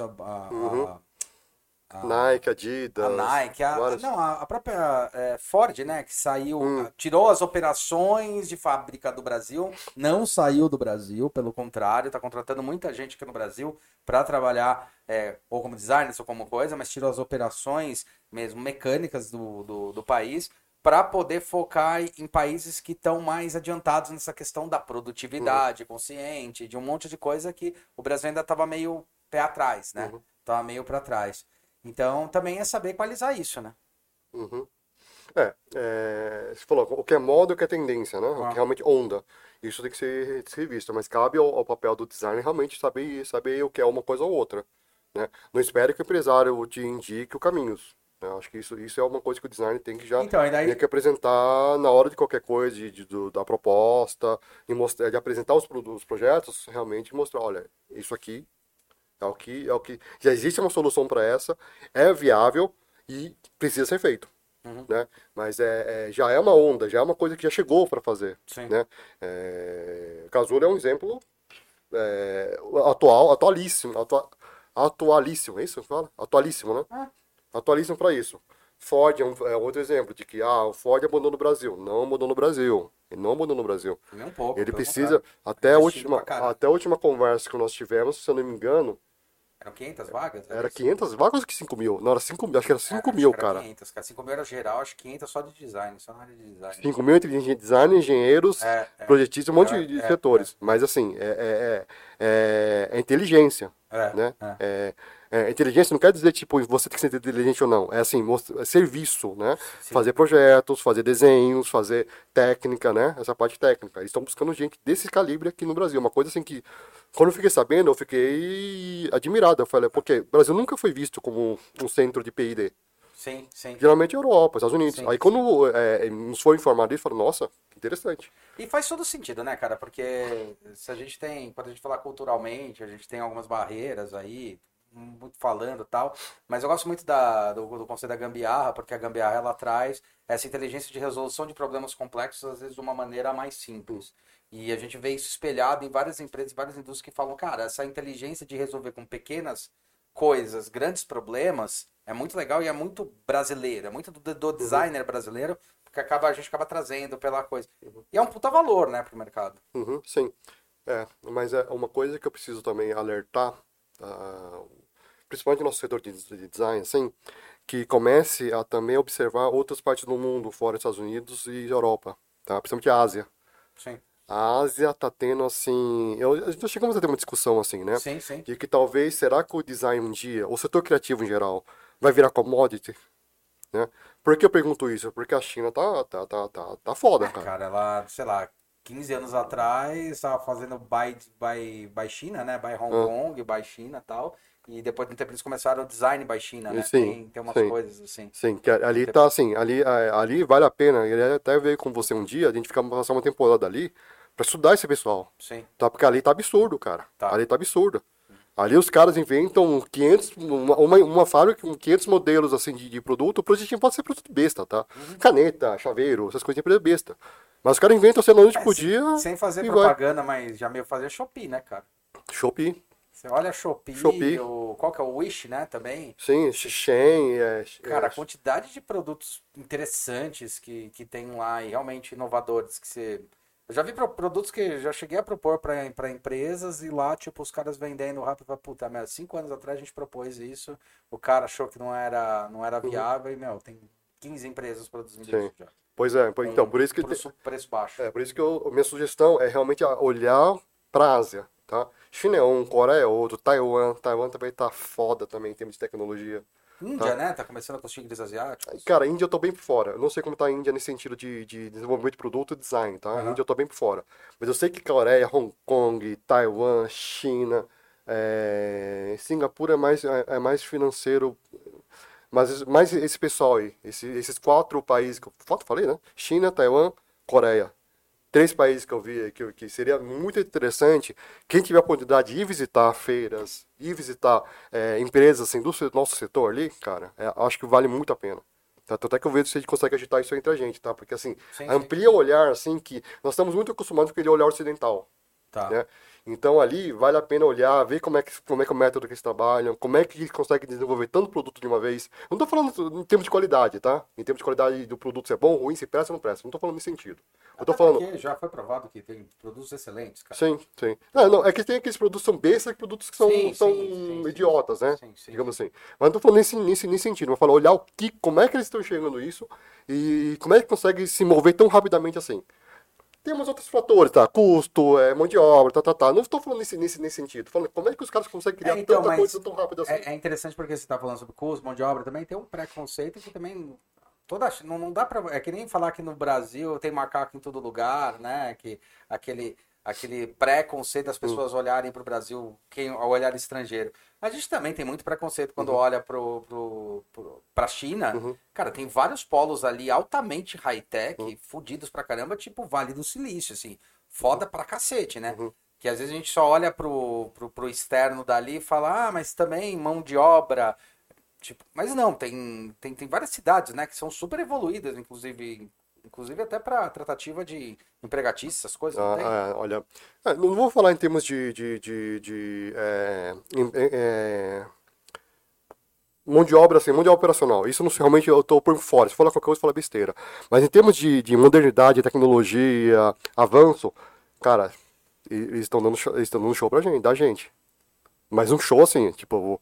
Nike, a Adidas. Nike, várias. não, a própria Ford, né, que saiu, tirou as operações de fábrica do Brasil, não saiu do Brasil, pelo contrário, está contratando muita gente aqui no Brasil para trabalhar ou como designer ou como coisa, mas tirou as operações mesmo mecânicas do país para poder focar em países que estão mais adiantados nessa questão da produtividade consciente, de um monte de coisa que o Brasil ainda estava meio pé atrás, né? Tava meio para trás. Então, também é saber equalizar isso, né? Uhum. Você falou, o que é moda e o que é tendência, né? O que é realmente onda. Isso tem que ser visto, mas cabe ao papel do designer realmente saber o que é uma coisa ou outra. Né? Não espere que o empresário te indique o caminhos. Né? Acho que isso é uma coisa que o designer tem que já Então, e daí... tem que apresentar na hora de qualquer coisa, da proposta, de apresentar os projetos, realmente mostrar, olha, isso aqui é o que já existe uma solução para essa, é viável e precisa ser feito. Né? Mas já é uma onda, já é uma coisa que já chegou para fazer. Sim. Né? Casulo é um exemplo atualíssimo, é isso que fala? Atualíssimo, né? Atualíssimo para isso. Ford é outro exemplo de que o Ford abandonou no Brasil. Não abandonou no Brasil. Ele não abandonou no Brasil. Nem um pouco, Ele pelo precisa, contrário. Investindo pra caralho. até a última conversa que nós tivemos, se eu não me engano, Eram 500 vagas? Era 500 vagas que 5 mil? Não, era 5 mil, acho que era 5 Acho mil, que era cara. 500, cara. 5 mil era geral, acho que 500 só de design, só na área de design. 5 mil entre design, engenheiros, projetistas, um monte de setores. Mas assim, é inteligência, né? Inteligência não quer dizer, tipo, você tem que ser inteligente ou não. É assim, é serviço, né? Sim. Fazer projetos, fazer desenhos, fazer técnica, né? Essa parte técnica. Eles estão buscando gente desse calibre aqui no Brasil. Uma coisa assim que, quando eu fiquei sabendo, eu fiquei admirado. Eu falei, porque o Brasil nunca foi visto como um centro de P&D. Sim, sim. Geralmente Europa, Estados Unidos. Sim, aí quando nos foi informado isso, eu falei, nossa, que interessante. E faz todo sentido, né, cara? Porque se a gente tem, quando a gente falar culturalmente, a gente tem algumas barreiras aí, muito falando e tal, mas eu gosto muito do conceito da gambiarra, porque a gambiarra ela traz essa inteligência de resolução de problemas complexos, às vezes de uma maneira mais simples. E a gente vê isso espelhado em várias empresas, várias indústrias que falam, cara, essa inteligência de resolver com pequenas coisas, grandes problemas, é muito legal e é muito brasileiro, é muito do designer brasileiro, porque a gente acaba trazendo pela coisa. E é um puta valor, né, pro mercado. Sim. Mas é uma coisa que eu preciso também alertar, principalmente no nosso setor de design, assim, que comece a também observar outras partes do mundo, fora dos Estados Unidos e Europa, tá? Principalmente a Ásia. Sim. A Ásia tá tendo, assim... Já chegamos a ter uma discussão, assim, né? Sim, sim. De que talvez, será que o design um dia, o setor criativo em geral, vai virar commodity? Né? Por que eu pergunto isso? Porque a China tá foda, cara. Cara, ela, sei lá, 15 anos atrás, estava fazendo by China, né? By Hong Kong, by China e tal. E depois de um tempo eles começaram o design by China, né? Sim, Tem umas sim. coisas assim. Sim, que ali tá assim, ali vale a pena. Ele até veio com você um dia, a gente fica passar uma temporada ali pra estudar esse pessoal. Sim. Tá? Porque ali tá absurdo, cara. Tá. Ali tá absurdo. Ali os caras inventam 500, uma fábrica com 500 modelos assim de produto. O projetinho pode ser produto besta, tá? Caneta, chaveiro, essas coisinhas é besta. Mas os caras inventam assim, noite por dia. Sem fazer e propaganda, mas já meio fazer Shopee, né, cara? Shopee. Você olha a Shopee. Qual que é o Wish, né, também? Sim, Shein. Cara, a quantidade de produtos interessantes que tem lá e realmente inovadores que você... Eu já vi produtos que eu já cheguei a propor para empresas e lá, tipo, os caras vendendo rápido, puta, merda, 5 anos atrás a gente propôs isso, o cara achou que não era viável e, meu, tem 15 empresas produzindo isso já. Pois é, então, por isso que... Preço baixo. Por isso que minha sugestão é realmente olhar pra Ásia, tá? China é um, Coreia é outro, Taiwan também tá foda também em termos de tecnologia. Índia, né? Tá começando com os tigres asiáticos. Cara, a Índia eu tô bem por fora. Eu não sei como tá a Índia nesse sentido de desenvolvimento de produto e design, tá? A Índia eu tô bem por fora. Mas eu sei que Coreia, Hong Kong, Taiwan, China, Singapura é mais financeiro. Mas esse pessoal aí, esses 4 países que eu falei, né? China, Taiwan, Coreia. 3 países que eu vi que seria muito interessante. Quem tiver a oportunidade de ir visitar feiras, ir visitar empresas assim, do nosso setor ali, cara, acho que vale muito a pena. Tá? Tanto é que eu vejo se a gente consegue agitar isso entre a gente, tá? Porque assim, amplia o olhar, assim, que nós estamos muito acostumados com aquele olhar ocidental. Tá. Né? Então ali vale a pena olhar, ver como é que é o método que eles trabalham, como é que eles conseguem desenvolver tanto produto de uma vez. Eu não tô falando em termos de qualidade, tá? Em termos de qualidade do produto, se é bom, ruim, se presta ou não presta. Não tô falando nesse sentido. Eu tô falando... Porque já foi provado que tem produtos excelentes, cara. Sim. Não, é que tem aqueles produtos que são bestas e produtos que são idiotas, né? Sim. Digamos assim. Mas não tô falando nesse sentido. Eu falo olhar como é que eles estão enxergando isso e como é que consegue se mover tão rapidamente assim. Temos outros fatores, tá? Custo, mão de obra, tá. Não estou falando nesse sentido. Tô falando como é que os caras conseguem criar tanta coisa tão rápido assim. É interessante porque você está falando sobre custo, mão de obra, também tem um preconceito que também... não dá pra... É que nem falar que no Brasil tem macaco em todo lugar, né? Que aquele preconceito das pessoas olharem para o Brasil ao olhar estrangeiro. A gente também tem muito preconceito quando olha para a China. Cara, tem vários polos ali altamente high-tech, fudidos pra caramba, tipo Vale do Silício, assim. Foda pra cacete, né? Que às vezes a gente só olha pro externo dali e fala, mas também mão de obra... Tipo, mas não, tem várias cidades, né, que são super evoluídas, inclusive até para tratativa de empregatícias, essas coisas, não tem? Olha, não vou falar em termos mão de obra, assim, mão de obra operacional. Isso não, realmente eu estou por fora. Se falar qualquer coisa, fala besteira. Mas em termos de modernidade, tecnologia, avanço, cara, eles estão dando show da gente. Mas um show assim, tipo,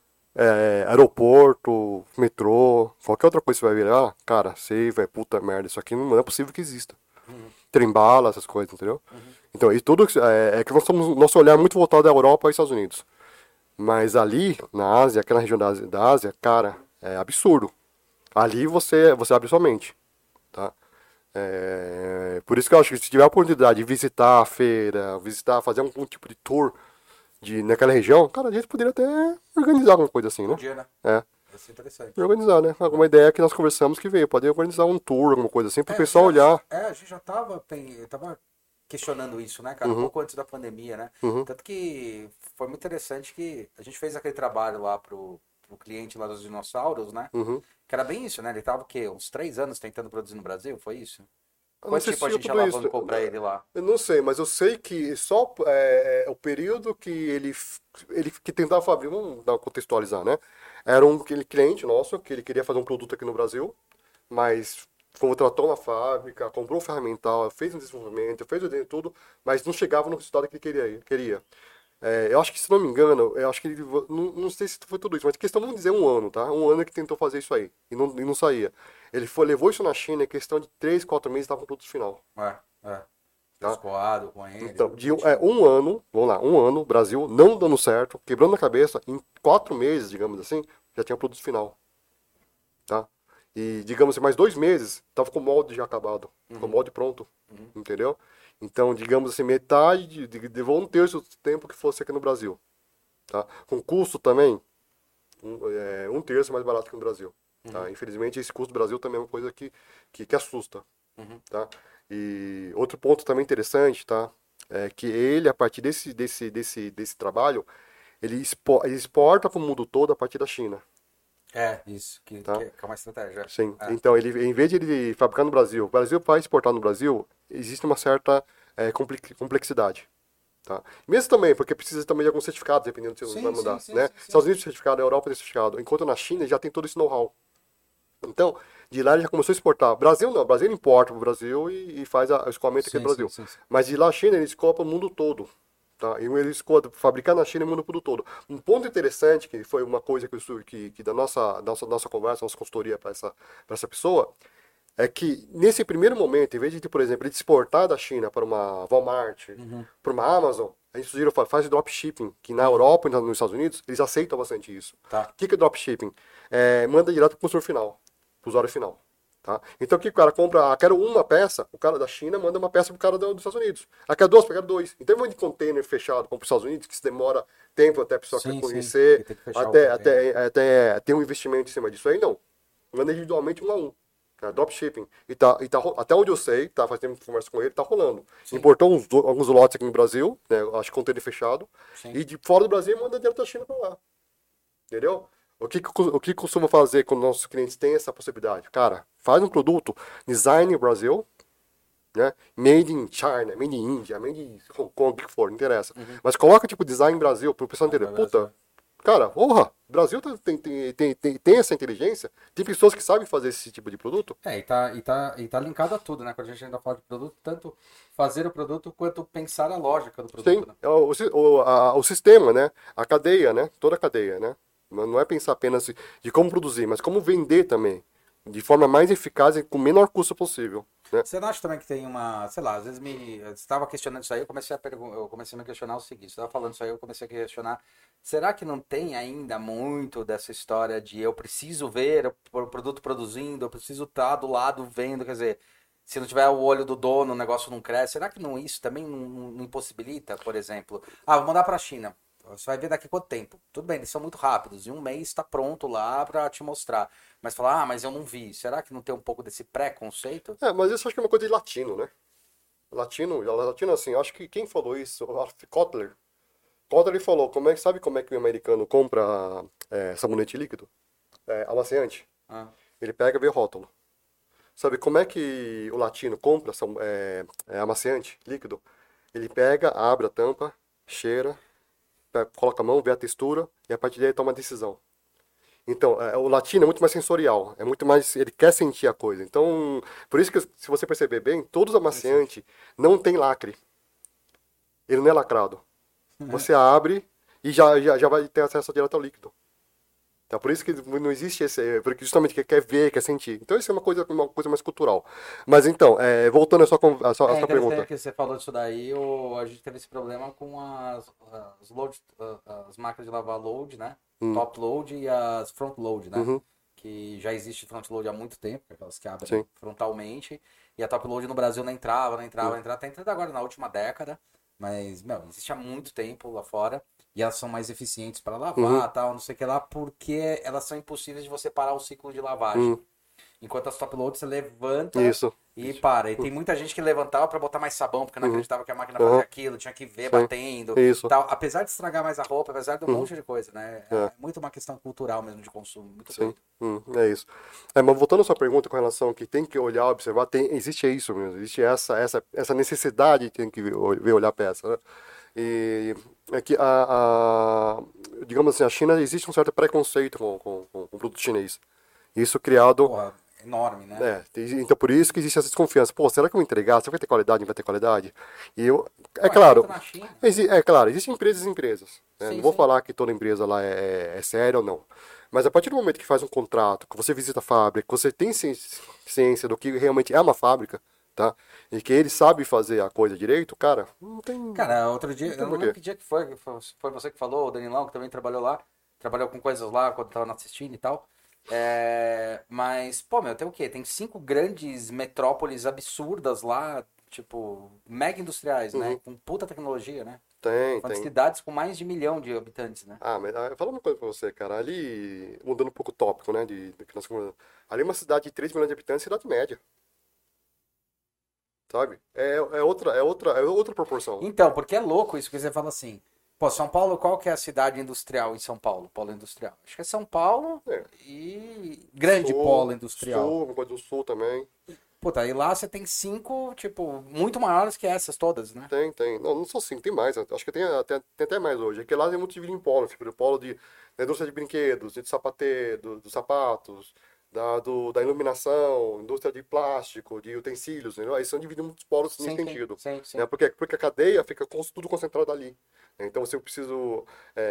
aeroporto, metrô, qualquer outra coisa que você vai virar, cara, sei, vai, puta merda, isso aqui não é possível que exista. Uhum, Trem-bala, essas coisas, entendeu? uhum. Então, e tudo é que nós somos, nosso olhar é muito voltado à Europa e Estados Unidos. Mas ali, na Ásia, aquela região da Ásia, cara, é absurdo. Ali você abre sua mente, tá? Por isso que eu acho que se tiver a oportunidade de visitar a feira, visitar, fazer algum tipo de tour naquela região, cara, a gente poderia até organizar alguma coisa assim, né? Podia, né? É, Ia ser interessante. organizar, né? Alguma ideia que nós conversamos que veio, pode organizar um tour, alguma coisa assim, pro É, pessoal olhar. a gente já tava questionando isso, né, cara? Um Uhum, pouco antes da pandemia, né? uhum, Tanto que foi muito interessante que a gente fez aquele trabalho lá pro cliente lá dos dinossauros, né? uhum. Que era bem isso, né? Ele tava o quê? Uns 3 anos tentando produzir no Brasil, foi isso? Eu não Quanto sei se tempo a tinha gente tudo isso. alavancou pra ele lá? Eu não sei, mas eu sei que só o período que ele que tentava abrir, vamos contextualizar, né? Era aquele cliente nosso que ele queria fazer um produto aqui no Brasil, mas contratou uma fábrica, comprou um ferramental, fez um desenvolvimento, fez o dentro tudo, mas não chegava no resultado que ele queria. Eu acho que, se não me engano, eu acho que ele, não sei se foi tudo isso, mas questão, vamos dizer, um ano, tá? Um ano que tentou fazer isso aí e não saía. Ele levou isso na China, em questão de 3, 4 meses, estava com o produto final, É. Fez tá? coado com ele, Então, tudo bonitinho. um ano, vamos lá, um ano, Brasil, não dando certo, quebrando a cabeça, em 4 meses, digamos assim, já tinha produto final, tá? E, digamos assim, mais 2 meses, tava com o molde já acabado, com o Uhum, molde pronto, uhum. entendeu? Então, digamos assim, metade, levou um terço do tempo que fosse aqui no Brasil, tá? Com custo também, um terço mais barato que no Brasil, tá? Uhum, Infelizmente, esse custo do Brasil também é uma coisa que assusta, uhum, tá? E outro ponto também interessante, tá? É que ele, a partir desse trabalho, ele exporta para o mundo todo a partir da China, é, isso, tá? que é uma estratégia. Sim. É. Então, ele, em vez de ele fabricar no Brasil, o Brasil vai exportar no Brasil, existe uma certa complexidade, tá? Mesmo também, porque precisa também de alguns certificados, dependendo do que você vai Sim, sim, mandar, sim, né? sim, sim. Estados Unidos tem certificado, a Europa tem certificado, enquanto na China já tem todo esse know-how. Então, de lá ele já começou a exportar. Brasil não, Brasil ele importa para o Brasil e faz o escoamento aqui no Sim, sim, Brasil. sim, sim. Mas de lá a China ele escoa para o mundo todo. Tá? E ele escoa fabricar na China e no mundo todo. Um ponto interessante, que foi uma coisa que da nossa conversa, nossa consultoria para essa pessoa, é que nesse primeiro momento, em vez de, por exemplo, ele exportar da China para uma Walmart, Uhum, para uma Amazon, a gente sugeriu faz dropshipping, que na uhum. Europa e nos Estados Unidos, eles aceitam bastante isso. Tá. O que é dropshipping? Manda direto para o consumidor final, para o usuário final. Tá? Então, o que o cara compra? Ah, quero uma peça, o cara da China manda uma peça para o cara dos Estados Unidos. Ah, quer duas, quero dois. Então, em de container fechado para os Estados Unidos, que se demora tempo até a pessoa Sim. conhecer, Que tem que fechar o container. até ter um investimento em cima disso aí, não. Manda individualmente um a um. Dropshipping. Até onde eu sei, tá? Faz tempo que eu converso com ele, tá rolando. Sim, Importou alguns lotes aqui no Brasil, né? Acho que container fechado. sim. E de fora do Brasil manda direto da China para lá. Entendeu? O que costuma fazer quando nossos clientes têm essa possibilidade? Cara, faz um produto, design Brasil, né? Made in China, made in India, made in Hong Kong, o que for, não interessa. Uhum. Mas coloca tipo design Brasil para o pessoal Mas entender. vai Brasil. Puta, cara, porra, o Brasil tem essa inteligência, tem pessoas que sabem fazer esse tipo de produto. É, e tá linkado a tudo, né? Quando a gente ainda fala de produto, tanto fazer o produto quanto pensar a lógica do Sim, produto, né? o sistema, né? A cadeia, né? Toda a cadeia, né? Não é pensar apenas de como produzir, mas como vender também, de forma mais eficaz e com o menor custo possível, né? Você não acha também que tem uma, sei lá, às vezes eu estava questionando isso aí, eu comecei a me questionar o seguinte, você estava falando isso aí, eu comecei a questionar, será que não tem ainda muito dessa história de eu preciso ver o produto produzindo, eu preciso estar do lado vendo, quer dizer, se não tiver o olho do dono, o negócio não cresce, será que não isso também não impossibilita, por exemplo, vou mandar para a China, você vai ver daqui quanto tempo. Tudo bem, eles são muito rápidos. Em um mês está pronto lá para te mostrar. Mas falar, mas eu não vi. Será que não tem um pouco desse preconceito? Mas isso acho que é uma coisa de latino, né? Latino assim, acho que quem falou isso, o Ralph Kotler. Kotler ele falou, sabe como é que o americano compra sabonete líquido? Amaciante? Ah, Ele pega e vê o rótulo. Sabe como é que o latino compra amaciante líquido? Ele pega, abre a tampa, cheira, coloca a mão, vê a textura e a partir daí toma a decisão. Então, o latino é muito mais sensorial, é muito mais, ele quer sentir a coisa. Então, por isso que se você perceber bem, todos os interessante. amaciantes não tem lacre. Ele não é lacrado. Você abre e já vai ter acesso direto ao líquido. Então, por isso que não existe esse. Porque justamente quer ver, quer sentir. Então, isso é uma coisa mais cultural. Mas então, voltando à É sua interessante pergunta. que você falou disso daí, a gente teve esse problema com as máquinas de lavar load, né? Hum, Top load e as front load, né? uhum, Que já existe front load há muito tempo, aquelas que abrem sim. frontalmente, e a top load no Brasil não entrava, Hum, tá entrando agora na última década, mas, meu, existe há muito tempo lá fora, e elas são mais eficientes para uhum, lavar, tal, não sei o que lá, porque elas são impossíveis de você parar o ciclo de lavagem. hum, Enquanto as top loads você levanta isso. e Isso. para. E tem muita gente que levantava para botar mais sabão, porque não Uhum, acreditava que a máquina fazia aham, aquilo, tinha que ver sim. batendo, Isso. tal. Apesar de estragar mais a roupa, apesar de um Uhum, monte de coisa, né? é. É muito uma questão cultural mesmo de consumo, muito Sim, doido. é isso. Mas voltando à sua pergunta com relação que tem que olhar, observar, existe isso mesmo, existe essa necessidade, tem que ver, olhar a peça, né? E é que digamos assim, a China existe um certo preconceito com o produto chinês. Isso criado, Porra, enorme, né? então por isso que existe essa desconfiança. Pô, será que eu vou entregar? Será que vai ter qualidade? Não vai ter qualidade? E eu, é Pô, é feito claro, na China. existem empresas e empresas, né? Não Sim, vou sim. falar que toda empresa lá é séria ou não. Mas a partir do momento que faz um contrato, que você visita a fábrica, que você tem ciência do que realmente é uma fábrica, tá? E que ele sabe fazer a coisa direito, cara, Cara, outro não dia, tem eu não lembro porquê. que dia que foi, foi você que falou, o Danilão, que também trabalhou lá, trabalhou com coisas lá quando tava na assistindo e tal. Mas, pô, meu, tem o quê? Tem 5 grandes metrópoles absurdas lá, tipo, mega industriais, né? Uhum, Com puta tecnologia, né? Falando de tem. cidades com mais de 1 milhão de habitantes, né? Mas eu falo uma coisa pra você, cara. Ali, mudando um pouco o tópico, né? Que nós, ali é uma cidade de 3 milhões de habitantes, cidade média, sabe? É outra proporção. Então, porque é louco isso que você fala assim. Pô, São Paulo, qual que é a cidade industrial em São Paulo? Polo industrial. Acho que é São Paulo É. e grande Sul, polo industrial. sul, uma coisa do sul também. Puta, e lá você tem 5, tipo, muito maiores que essas todas, né? Tem. Não, não só cinco, tem mais. Acho que tem até mais hoje. É que lá é muito dividido em polo, tipo, o polo da indústria de brinquedos, de sapateiro, dos sapatos, da iluminação, indústria de plástico, de utensílios, entendeu? Aí são divididos em muitos polos nesse Sim, sim, sentido. sim, Né? sim. Porque a cadeia fica tudo concentrado ali. Então, se eu preciso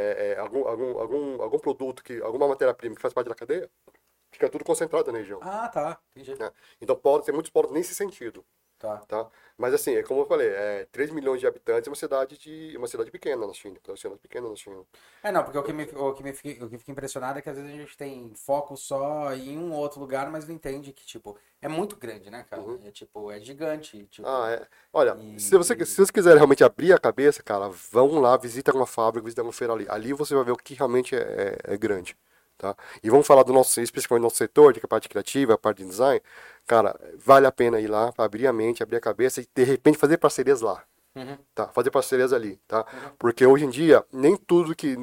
algum produto, alguma matéria-prima que faz parte da cadeia, fica tudo concentrado na região. Ah, tá. Entendi. Né? Então, tem muitos polos nesse sentido. Tá. Tá? Mas assim, é como eu falei, 3 milhões de habitantes é uma cidade pequena na China, uma cidade pequena na China. Não, porque o que fica impressionado é que às vezes a gente tem foco só em um ou outro lugar, mas não entende que, tipo, é muito grande, né, cara? Uhum. É tipo, é gigante, Ah, tipo, olha, se você, e... se você quiser realmente abrir a cabeça, cara, vão lá, visita uma fábrica, visita uma feira ali. Ali você vai ver o que realmente é grande, tá? E vamos falar do nosso, especificamente do nosso setor, que é a parte criativa, a parte de design. Cara, vale a pena ir lá para abrir a mente, abrir a cabeça e de repente fazer parcerias lá. Uhum, Tá, fazer parcerias ali, tá? uhum. Porque hoje em dia, nem tudo que.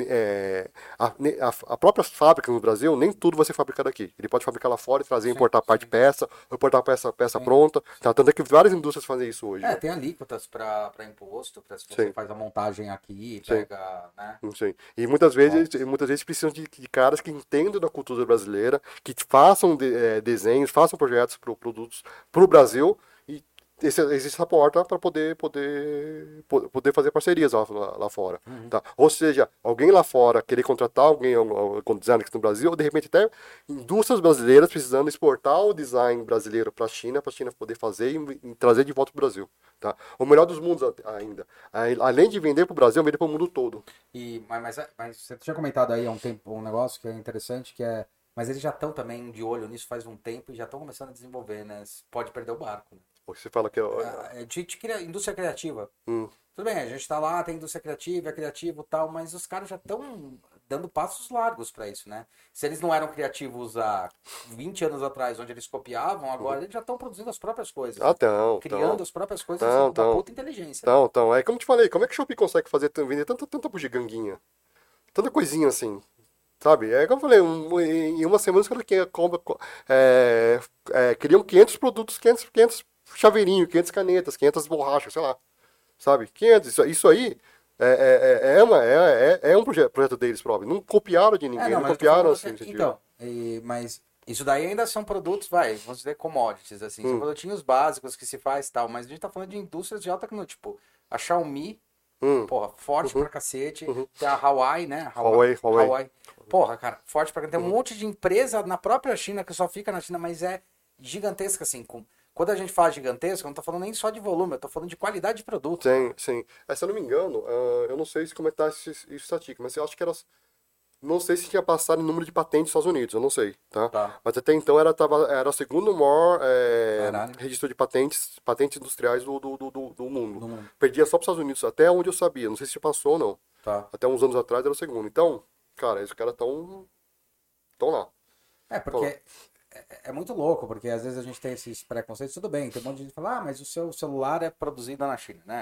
A própria fábrica no Brasil, nem tudo vai ser fabricado aqui. Ele pode fabricar lá fora e trazer, Sim, importar parte sim, peça, ou importar peça sim. pronta. Tá? Tanto é que várias indústrias fazem isso hoje. Tem alíquotas para imposto, para se você Sim, faz a montagem aqui, sim, pega, né? sim. E muitas vezes precisam de caras que entendam da cultura brasileira, que façam desenhos, façam projetos para produtos para o Brasil. E existe essa porta para poder fazer parcerias lá fora. Uhum. Tá? Ou seja, alguém lá fora querer contratar algum designer aqui no Brasil, ou de repente até indústrias brasileiras precisando exportar o design brasileiro para a China poder fazer e trazer de volta para o Brasil. Tá? O melhor dos mundos ainda. Além de vender para o Brasil, vender para o mundo todo. Mas você tinha comentado aí há um tempo um negócio que é interessante, que é. Mas eles já estão também de olho nisso faz um tempo e já estão começando a desenvolver, né? Pode perder o barco, né? Você fala que Indústria criativa. hum, Tudo bem, a gente tá lá, tem indústria criativa, é criativo e tal, mas os caras já estão dando passos largos para isso, né? Se eles não eram criativos há 20 anos atrás, onde eles copiavam, agora eles já estão produzindo as próprias coisas, né? então, Criando as próprias coisas então, uma então, puta inteligência, né? então. É como eu te falei, como é que o Shopee consegue vender tanta bugiganguinha? Tanta coisinha assim, sabe? É como eu falei, em uma semana os caras criam 500 produtos, 500 chaveirinhos, 500 canetas, 500 borrachas, sei lá, sabe? 500, isso aí é um projeto deles próprio. Não copiaram de ninguém, Não, não mas eu tô copiaram falando assim, que. no sentido. Então, mas isso daí ainda são produtos, vai, vamos dizer commodities, assim, são Hum, produtinhos básicos que se faz e tal, mas a gente tá falando de indústrias de alta tecnologia, tipo, a Xiaomi Porra, forte pra cacete. Uhum. Tem a Huawei, né? Huawei. Porra, cara, forte pra caramba. Tem um monte de empresa na própria China que só fica na China, mas é gigantesca, assim. Quando a gente fala gigantesca, eu não tô falando nem só de volume, eu tô falando de qualidade de produto. Sim, sim. Se eu não me engano, eu não sei se como é que tá isso estatística, mas eu acho que era. Não sei se tinha passado em número de patentes nos Estados Unidos, eu não sei, tá? Tá. Mas até então era o segundo maior Caralho. registro de patentes industriais do mundo. Do mundo. Perdia só para os Estados Unidos, até onde eu sabia. Não sei se passou ou não. Tá. Até uns anos atrás era o segundo. Então, cara, esses caras estão lá. É, porque é muito louco, porque às vezes a gente tem esses preconceitos, tudo bem, tem um monte de gente que fala, ah, mas o seu celular é produzido na China, né?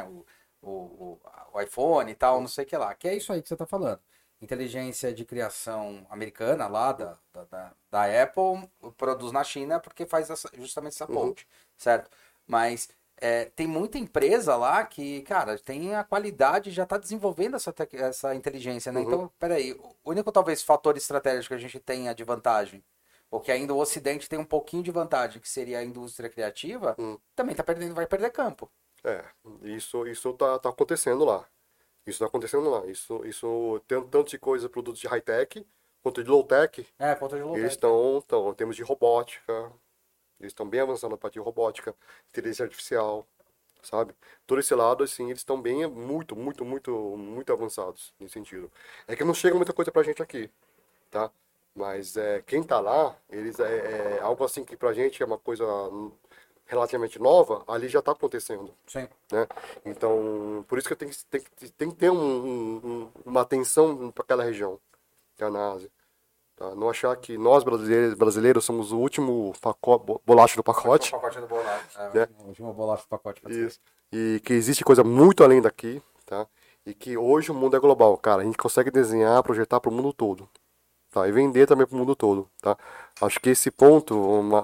O iPhone e tal, não sei o que lá. Que é isso aí que você tá falando. Inteligência de criação americana lá da Apple produz na China porque faz justamente essa ponte, certo? Mas tem muita empresa lá que, cara, tem a qualidade, já está desenvolvendo essa inteligência, né? Então, peraí, o único talvez fator estratégico que a gente tenha de vantagem, ou que ainda o Ocidente tem um pouquinho de vantagem, que seria a indústria criativa, também tá perdendo, vai perder campo. Isso tá acontecendo lá. Isso tá acontecendo lá. Isso tem tanto de coisa, produtos de high-tech, quanto de low-tech. Ponto de lugar. Eles estão, em termos de robótica, eles estão bem avançados na parte de robótica, inteligência artificial, sabe? Todo esse lado, assim, eles estão bem, muito avançados nesse sentido. É que não chega muita coisa pra gente aqui, tá? Mas quem tá lá, eles algo assim que pra gente é uma coisa relativamente nova, ali já tá acontecendo, Sim. né? Então, por isso que tem que ter uma atenção para aquela região, que é na Ásia. Tá? Não achar que nós brasileiros somos o último bolacha do pacote. O pacote do bolacha. Né? O último bolacha do pacote. Isso. E que existe coisa muito além daqui, tá? E que hoje o mundo é global, cara. A gente consegue desenhar, projetar para o mundo todo, tá? E vender também para o mundo todo, tá? Acho que esse ponto,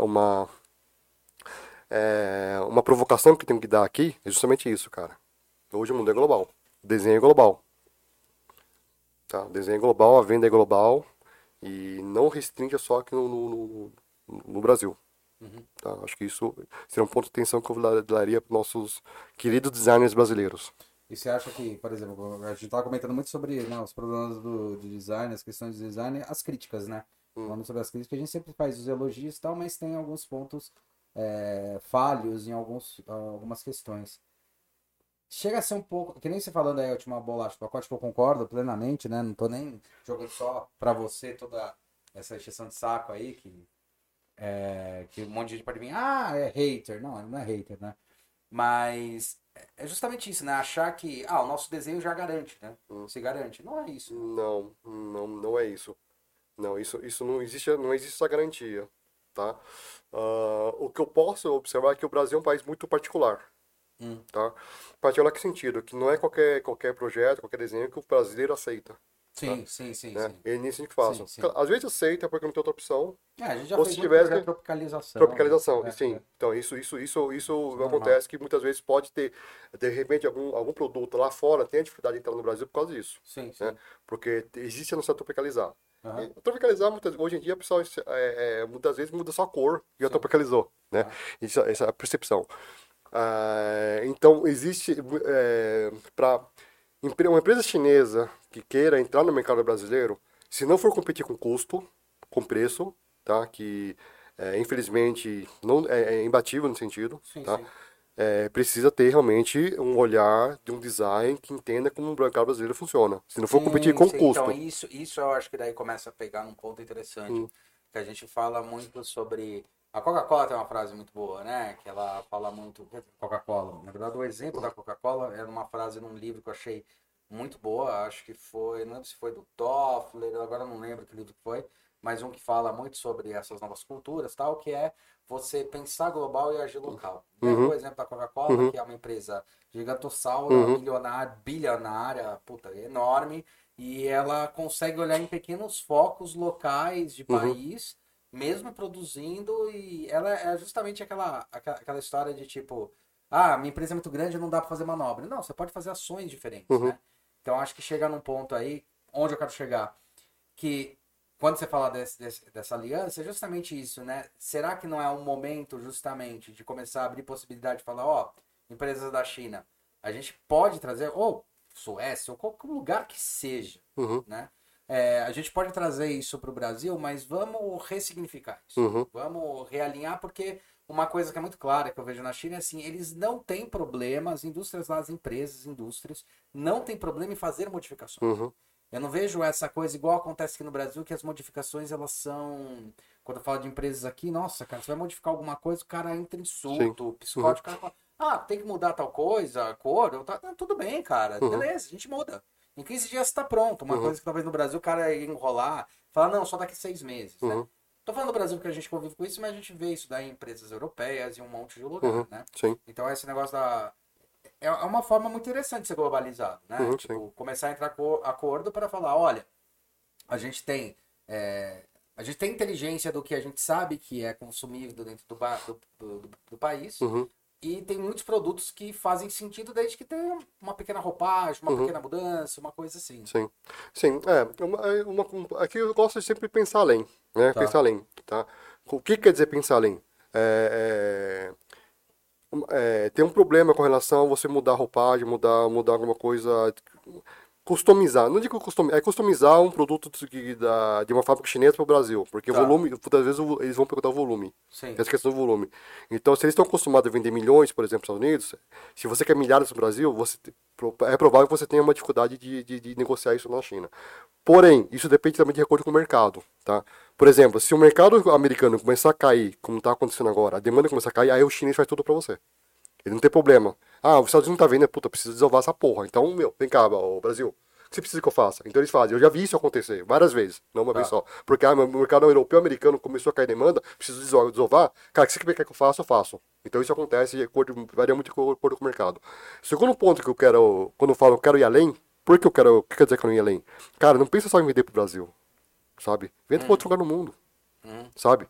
uma provocação que tem que dar aqui é justamente isso, cara. Hoje o mundo é global. O desenho é global. Tá? O desenho é global, a venda é global. E não restringe só aqui no Brasil. Tá? Acho que isso seria um ponto de atenção que eu daria para nossos queridos designers brasileiros. E você acha que, por exemplo, a gente estava comentando muito sobre, né, os problemas de design, as questões de design, as críticas, né? Falando sobre as críticas, a gente sempre faz os elogios e tal, mas tem alguns pontos falhos em algumas questões. Chega a ser um pouco, que nem você falando aí, a última bolacha do pacote, que eu concordo plenamente, né? Não tô nem jogando só pra você toda essa exceção de saco aí, que um monte de gente pode vir, é hater. Não é hater, né? Mas é justamente isso, né? Achar que, o nosso desenho já garante, né? Se garante. Não é isso. Não é isso. Não, isso não existe essa garantia, tá? O que eu posso observar é que o Brasil é um país muito particular. Tá? Particular que sentido? Que não é qualquer projeto, qualquer desenho que o brasileiro aceita. Sim, tá? sim. É nisso que a gente faz. Sim, sim. Às vezes aceita porque não tem outra opção. A gente já Ou fez se muito tivesse projeto tropicalização. tropicalização, sim. Então isso acontece que muitas vezes pode ter, de repente, algum produto lá fora tem a dificuldade de entrar no Brasil por causa disso. Sim. Né? Porque existe a noção de tropicalizar. Uhum. Tropicalizar, hoje em dia, o pessoal muitas vezes muda só a cor e já tropicalizou. Né? Essa é a percepção. Então, existe para uma empresa chinesa que queira entrar no mercado brasileiro, se não for competir com custo, com preço, tá? Que infelizmente não é imbatível no sentido, tá? Sim. Precisa ter realmente um olhar de um design que entenda como o mercado brasileiro funciona. Se não for competir com custo. Então, isso eu acho que daí começa a pegar num ponto interessante. Que a gente fala muito sobre. A Coca-Cola tem uma frase muito boa, né? Que ela fala muito. Coca-Cola. Na verdade, o exemplo da Coca-Cola era uma frase num livro que eu achei muito boa. Acho que foi. Não lembro se foi do Toffler, agora não lembro que livro que foi. Mas um que fala muito sobre essas novas culturas, tal, que é você pensar global e agir local. O exemplo da Coca-Cola, que é uma empresa gigantossaura, milionária, bilionária, enorme, e ela consegue olhar em pequenos focos locais de país, mesmo produzindo, e ela é justamente aquela história de tipo, minha empresa é muito grande, não dá para fazer manobra. Não, você pode fazer ações diferentes, né? Então acho que chega num ponto aí, onde eu quero chegar, que quando você fala dessa aliança, é justamente isso, né? Será que não é um momento justamente de começar a abrir possibilidade de falar, empresas da China, a gente pode trazer, Suécia, ou qualquer lugar que seja, Uhum. né? A gente pode trazer isso para o Brasil, mas vamos ressignificar isso. Uhum. Vamos realinhar, porque uma coisa que é muito clara que eu vejo na China é assim, eles não têm problema, as indústrias lá, as empresas, indústrias, não tem problema em fazer modificações. Uhum. Eu não vejo essa coisa igual acontece aqui no Brasil, que as modificações, elas são... Quando eu falo de empresas aqui, nossa, cara, você vai modificar alguma coisa, o cara entra em surto, psicótico, o cara fala, tem que mudar tal coisa, a cor, tudo bem, cara, beleza, a gente muda. Em 15 dias está pronto. Uma coisa que talvez no Brasil o cara ia enrolar, falar, não, só daqui 6 meses, né? Tô falando do Brasil porque a gente convive com isso, mas a gente vê isso daí em empresas europeias e um monte de lugar, né? Sim. Então esse negócio da... É uma forma muito interessante de ser globalizado, né? Tipo, começar a entrar acordo para falar, olha, a gente tem inteligência do que a gente sabe que é consumível dentro do país, e tem muitos produtos que fazem sentido desde que tenha uma pequena roupagem, uma pequena mudança, uma coisa assim. Sim, sim. Aqui eu gosto de sempre pensar além, né? Tá. Pensar além, tá? O que quer dizer pensar além? Tem um problema com relação a você mudar a roupagem, mudar alguma coisa, customizar. Não digo customizar, é customizar um produto de uma fábrica chinesa para o Brasil, porque o volume, muitas vezes eles vão perguntar o volume. Sim. Essa questão do volume. Então, se eles estão acostumados a vender milhões, por exemplo, nos Estados Unidos, se você quer milhares no Brasil, é provável que você tenha uma dificuldade de negociar isso na China. Porém, isso depende também de acordo com o mercado, tá? Por exemplo, se o mercado americano começar a cair, como está acontecendo agora, a demanda começar a cair, aí o chinês faz tudo para você. Ele não tem problema. Os Estados Unidos não tá vendo, puta, precisa desovar essa porra. Então, vem cá, o Brasil, o que você precisa que eu faça? Então eles fazem. Eu já vi isso acontecer várias vezes, não uma vez só. Porque o mercado europeu americano começou a cair demanda, preciso desovar. Cara, o que você quer que eu faça, eu faço. Então isso acontece, varia muito de acordo com o mercado. Segundo ponto que eu quero, quando eu falo eu quero ir além, por que eu quero, o que quer dizer que eu não ir além? Cara, não pensa só em vender pro Brasil, sabe? Venda para outro lugar no mundo, sabe?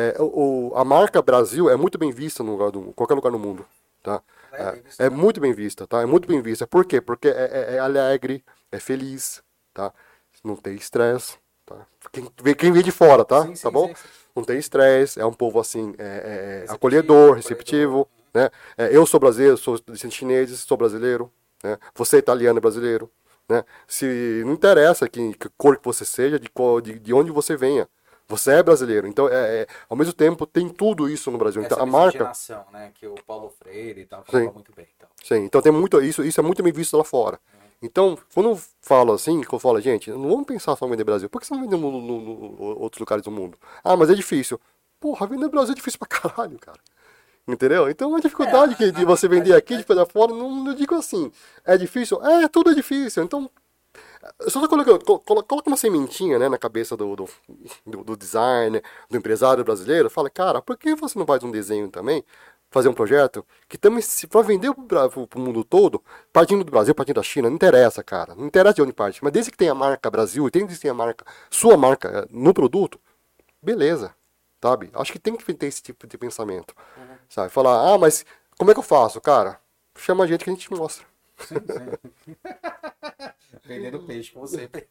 A marca Brasil é muito bem vista em qualquer lugar no mundo, tá? É muito bem vista, tá? É muito bem vista. Por quê? Porque é alegre, é feliz, tá? Não tem estresse, tá? Quem vem de fora, tá? Sim, Tá bom? sim. Não tem estresse, é um povo assim, acolhedor, receptivo, né? Eu sou brasileiro, sou descendente chinês, sou brasileiro, né? Você é italiano, é brasileiro, né? Se não interessa que cor que você seja, de onde você venha. Você é brasileiro, então ao mesmo tempo tem tudo isso no Brasil. Então, Essa a marca, miscigenação, né, que o Paulo Freire e tal falava muito bem. Então. sim, então tem muito isso é muito bem visto lá fora. Então, quando eu falo assim, quando eu falo, gente, não vamos pensar só em vender Brasil. Por que você não vende no outros lugares do mundo? Mas é difícil. Porra, vender Brasil é difícil pra caralho, cara. Entendeu? Então a dificuldade de você vender aqui, de fazer fora, não digo assim. É difícil? Tudo é difícil. Então, eu só coloca uma sementinha, né, na cabeça do designer, do empresário brasileiro. Fala, cara, por que você não faz um desenho também? Fazer um projeto que também, se for vender pro mundo todo, partindo do Brasil, partindo da China, não interessa, cara. Não interessa de onde parte. Mas desde que tenha a marca Brasil e desde que tenha a marca, sua marca no produto, beleza. Sabe? Acho que tem que ter esse tipo de pensamento. Sabe? Falar, mas como é que eu faço? Cara, chama a gente que a gente mostra. Sim. Vendendo peixe, como sempre.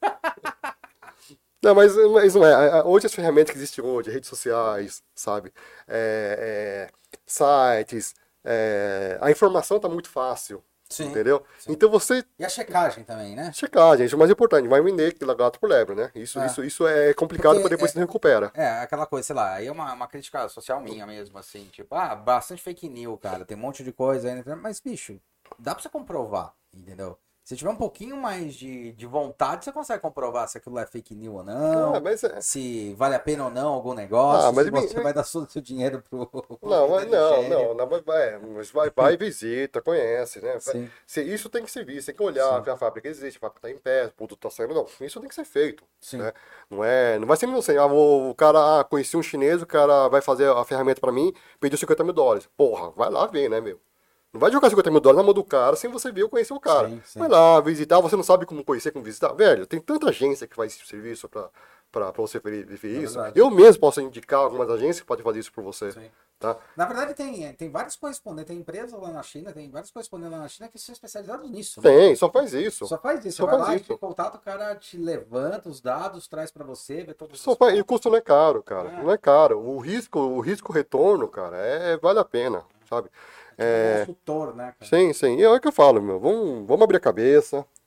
Não, mas não é. Hoje as ferramentas que existem hoje, redes sociais, sabe? Sites, a informação está muito fácil. Sim, entendeu? Sim. Então você. E a checagem também, né? Checagem, isso é o mais importante. Vai vender gato por lebre, né? Isso é complicado porque depois você recupera. Aquela coisa, sei lá, aí é uma crítica social minha mesmo, assim, tipo, bastante fake news, cara. Tem um monte de coisa aí, mas, bicho, dá pra você comprovar, entendeu? Se tiver um pouquinho mais de vontade, você consegue comprovar se aquilo é fake news ou não, se vale a pena ou não algum negócio, se você vai dar todo o seu dinheiro pro... Mas vai, visita, conhece, né? Isso tem que ser visto, tem que olhar, ver a fábrica existe, a fábrica tá em pé, o produto tá saindo, não. Isso tem que ser feito, né? Não vai ser assim, o cara, conheci um chinês, o cara vai fazer a ferramenta pra mim, pediu $50.000. Porra, vai lá ver, né, meu? Não vai jogar $50.000 na mão do cara sem você ver ou conhecer o cara. Sim. Vai lá, visitar, você não sabe como conhecer, como visitar. Velho, tem tanta agência que faz esse serviço pra você ver isso. Verdade. Eu mesmo posso indicar algumas agências que podem fazer isso por você. Sim. Tá? Na verdade, tem vários correspondentes, tem empresas lá na China, tem vários correspondentes lá na China que são especializados nisso. Tem, só faz isso. Só faz isso. Você vai lá, entra em contato, o cara te levanta os dados, traz pra você, vê todos os... E o custo não é caro, cara. Não é caro. O risco retorno, cara, vale a pena, sabe? Consultor, né, cara? Sim. E é o que eu falo, meu. Vamos abrir a cabeça,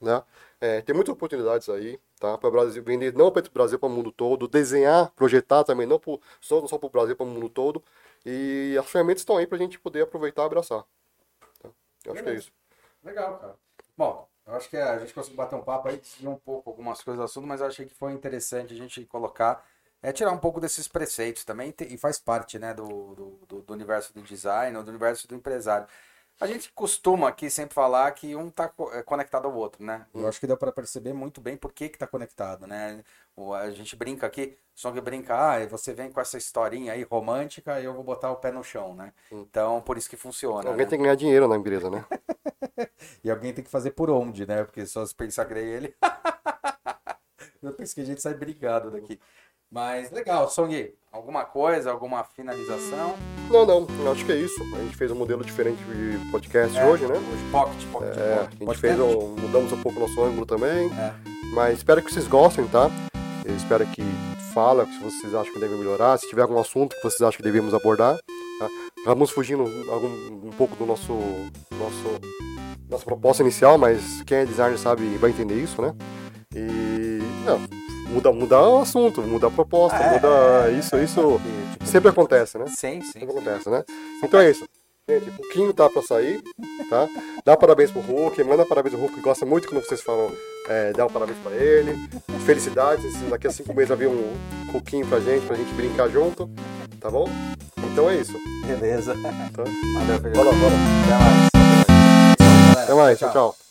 né? Tem muitas oportunidades aí, tá? Para o Brasil vender não para o Brasil, para o mundo todo, desenhar, projetar também não só para o Brasil, para o mundo todo. E as ferramentas estão aí para a gente poder aproveitar e abraçar. Tá? Eu acho que é isso. Legal, cara. Bom, eu acho que a gente conseguiu bater um papo aí, desviar um pouco algumas coisas do assunto, mas eu achei que foi interessante a gente colocar, tirar um pouco desses preceitos também, e faz parte, né, do universo do design, ou do universo do empresário. A gente costuma aqui sempre falar que um está conectado ao outro, né? Eu acho que deu para perceber muito bem por que está conectado, né? A gente brinca aqui, o Song brinca, você vem com essa historinha aí romântica e eu vou botar o pé no chão, né? Então, por isso que funciona. Alguém né? tem que ganhar dinheiro na empresa, né? E alguém tem que fazer por onde, né? Porque só se pensar que nem ele. Eu penso que a gente sai brigado daqui. Mas legal, Song, alguma coisa, alguma finalização? Não, eu acho que é isso. A gente fez um modelo diferente de podcast hoje, né? Hoje, pocket. A gente fez mudamos um pouco o nosso ângulo também. Mas espero que vocês gostem, tá? Eu espero que fala se vocês acham que deve melhorar, se tiver algum assunto que vocês acham que devemos abordar. Tá? Vamos fugindo um pouco do nossa proposta inicial, mas quem é designer sabe vai entender isso, né? E mudar o assunto, mudar a proposta, isso sempre acontece, né? Sim. Sempre acontece, né? Então é isso. Gente, o Pouquinho tá pra sair, tá? Dá parabéns pro Hulk, manda parabéns pro Hulk, que gosta muito quando vocês falam, dá um parabéns pra ele. Felicidades, daqui a 5 meses vai vir um Hulkinho pra gente brincar junto, tá bom? Então é isso. Beleza. Tá? Valeu, Felipe. Bora. Até mais. Até mais, tchau.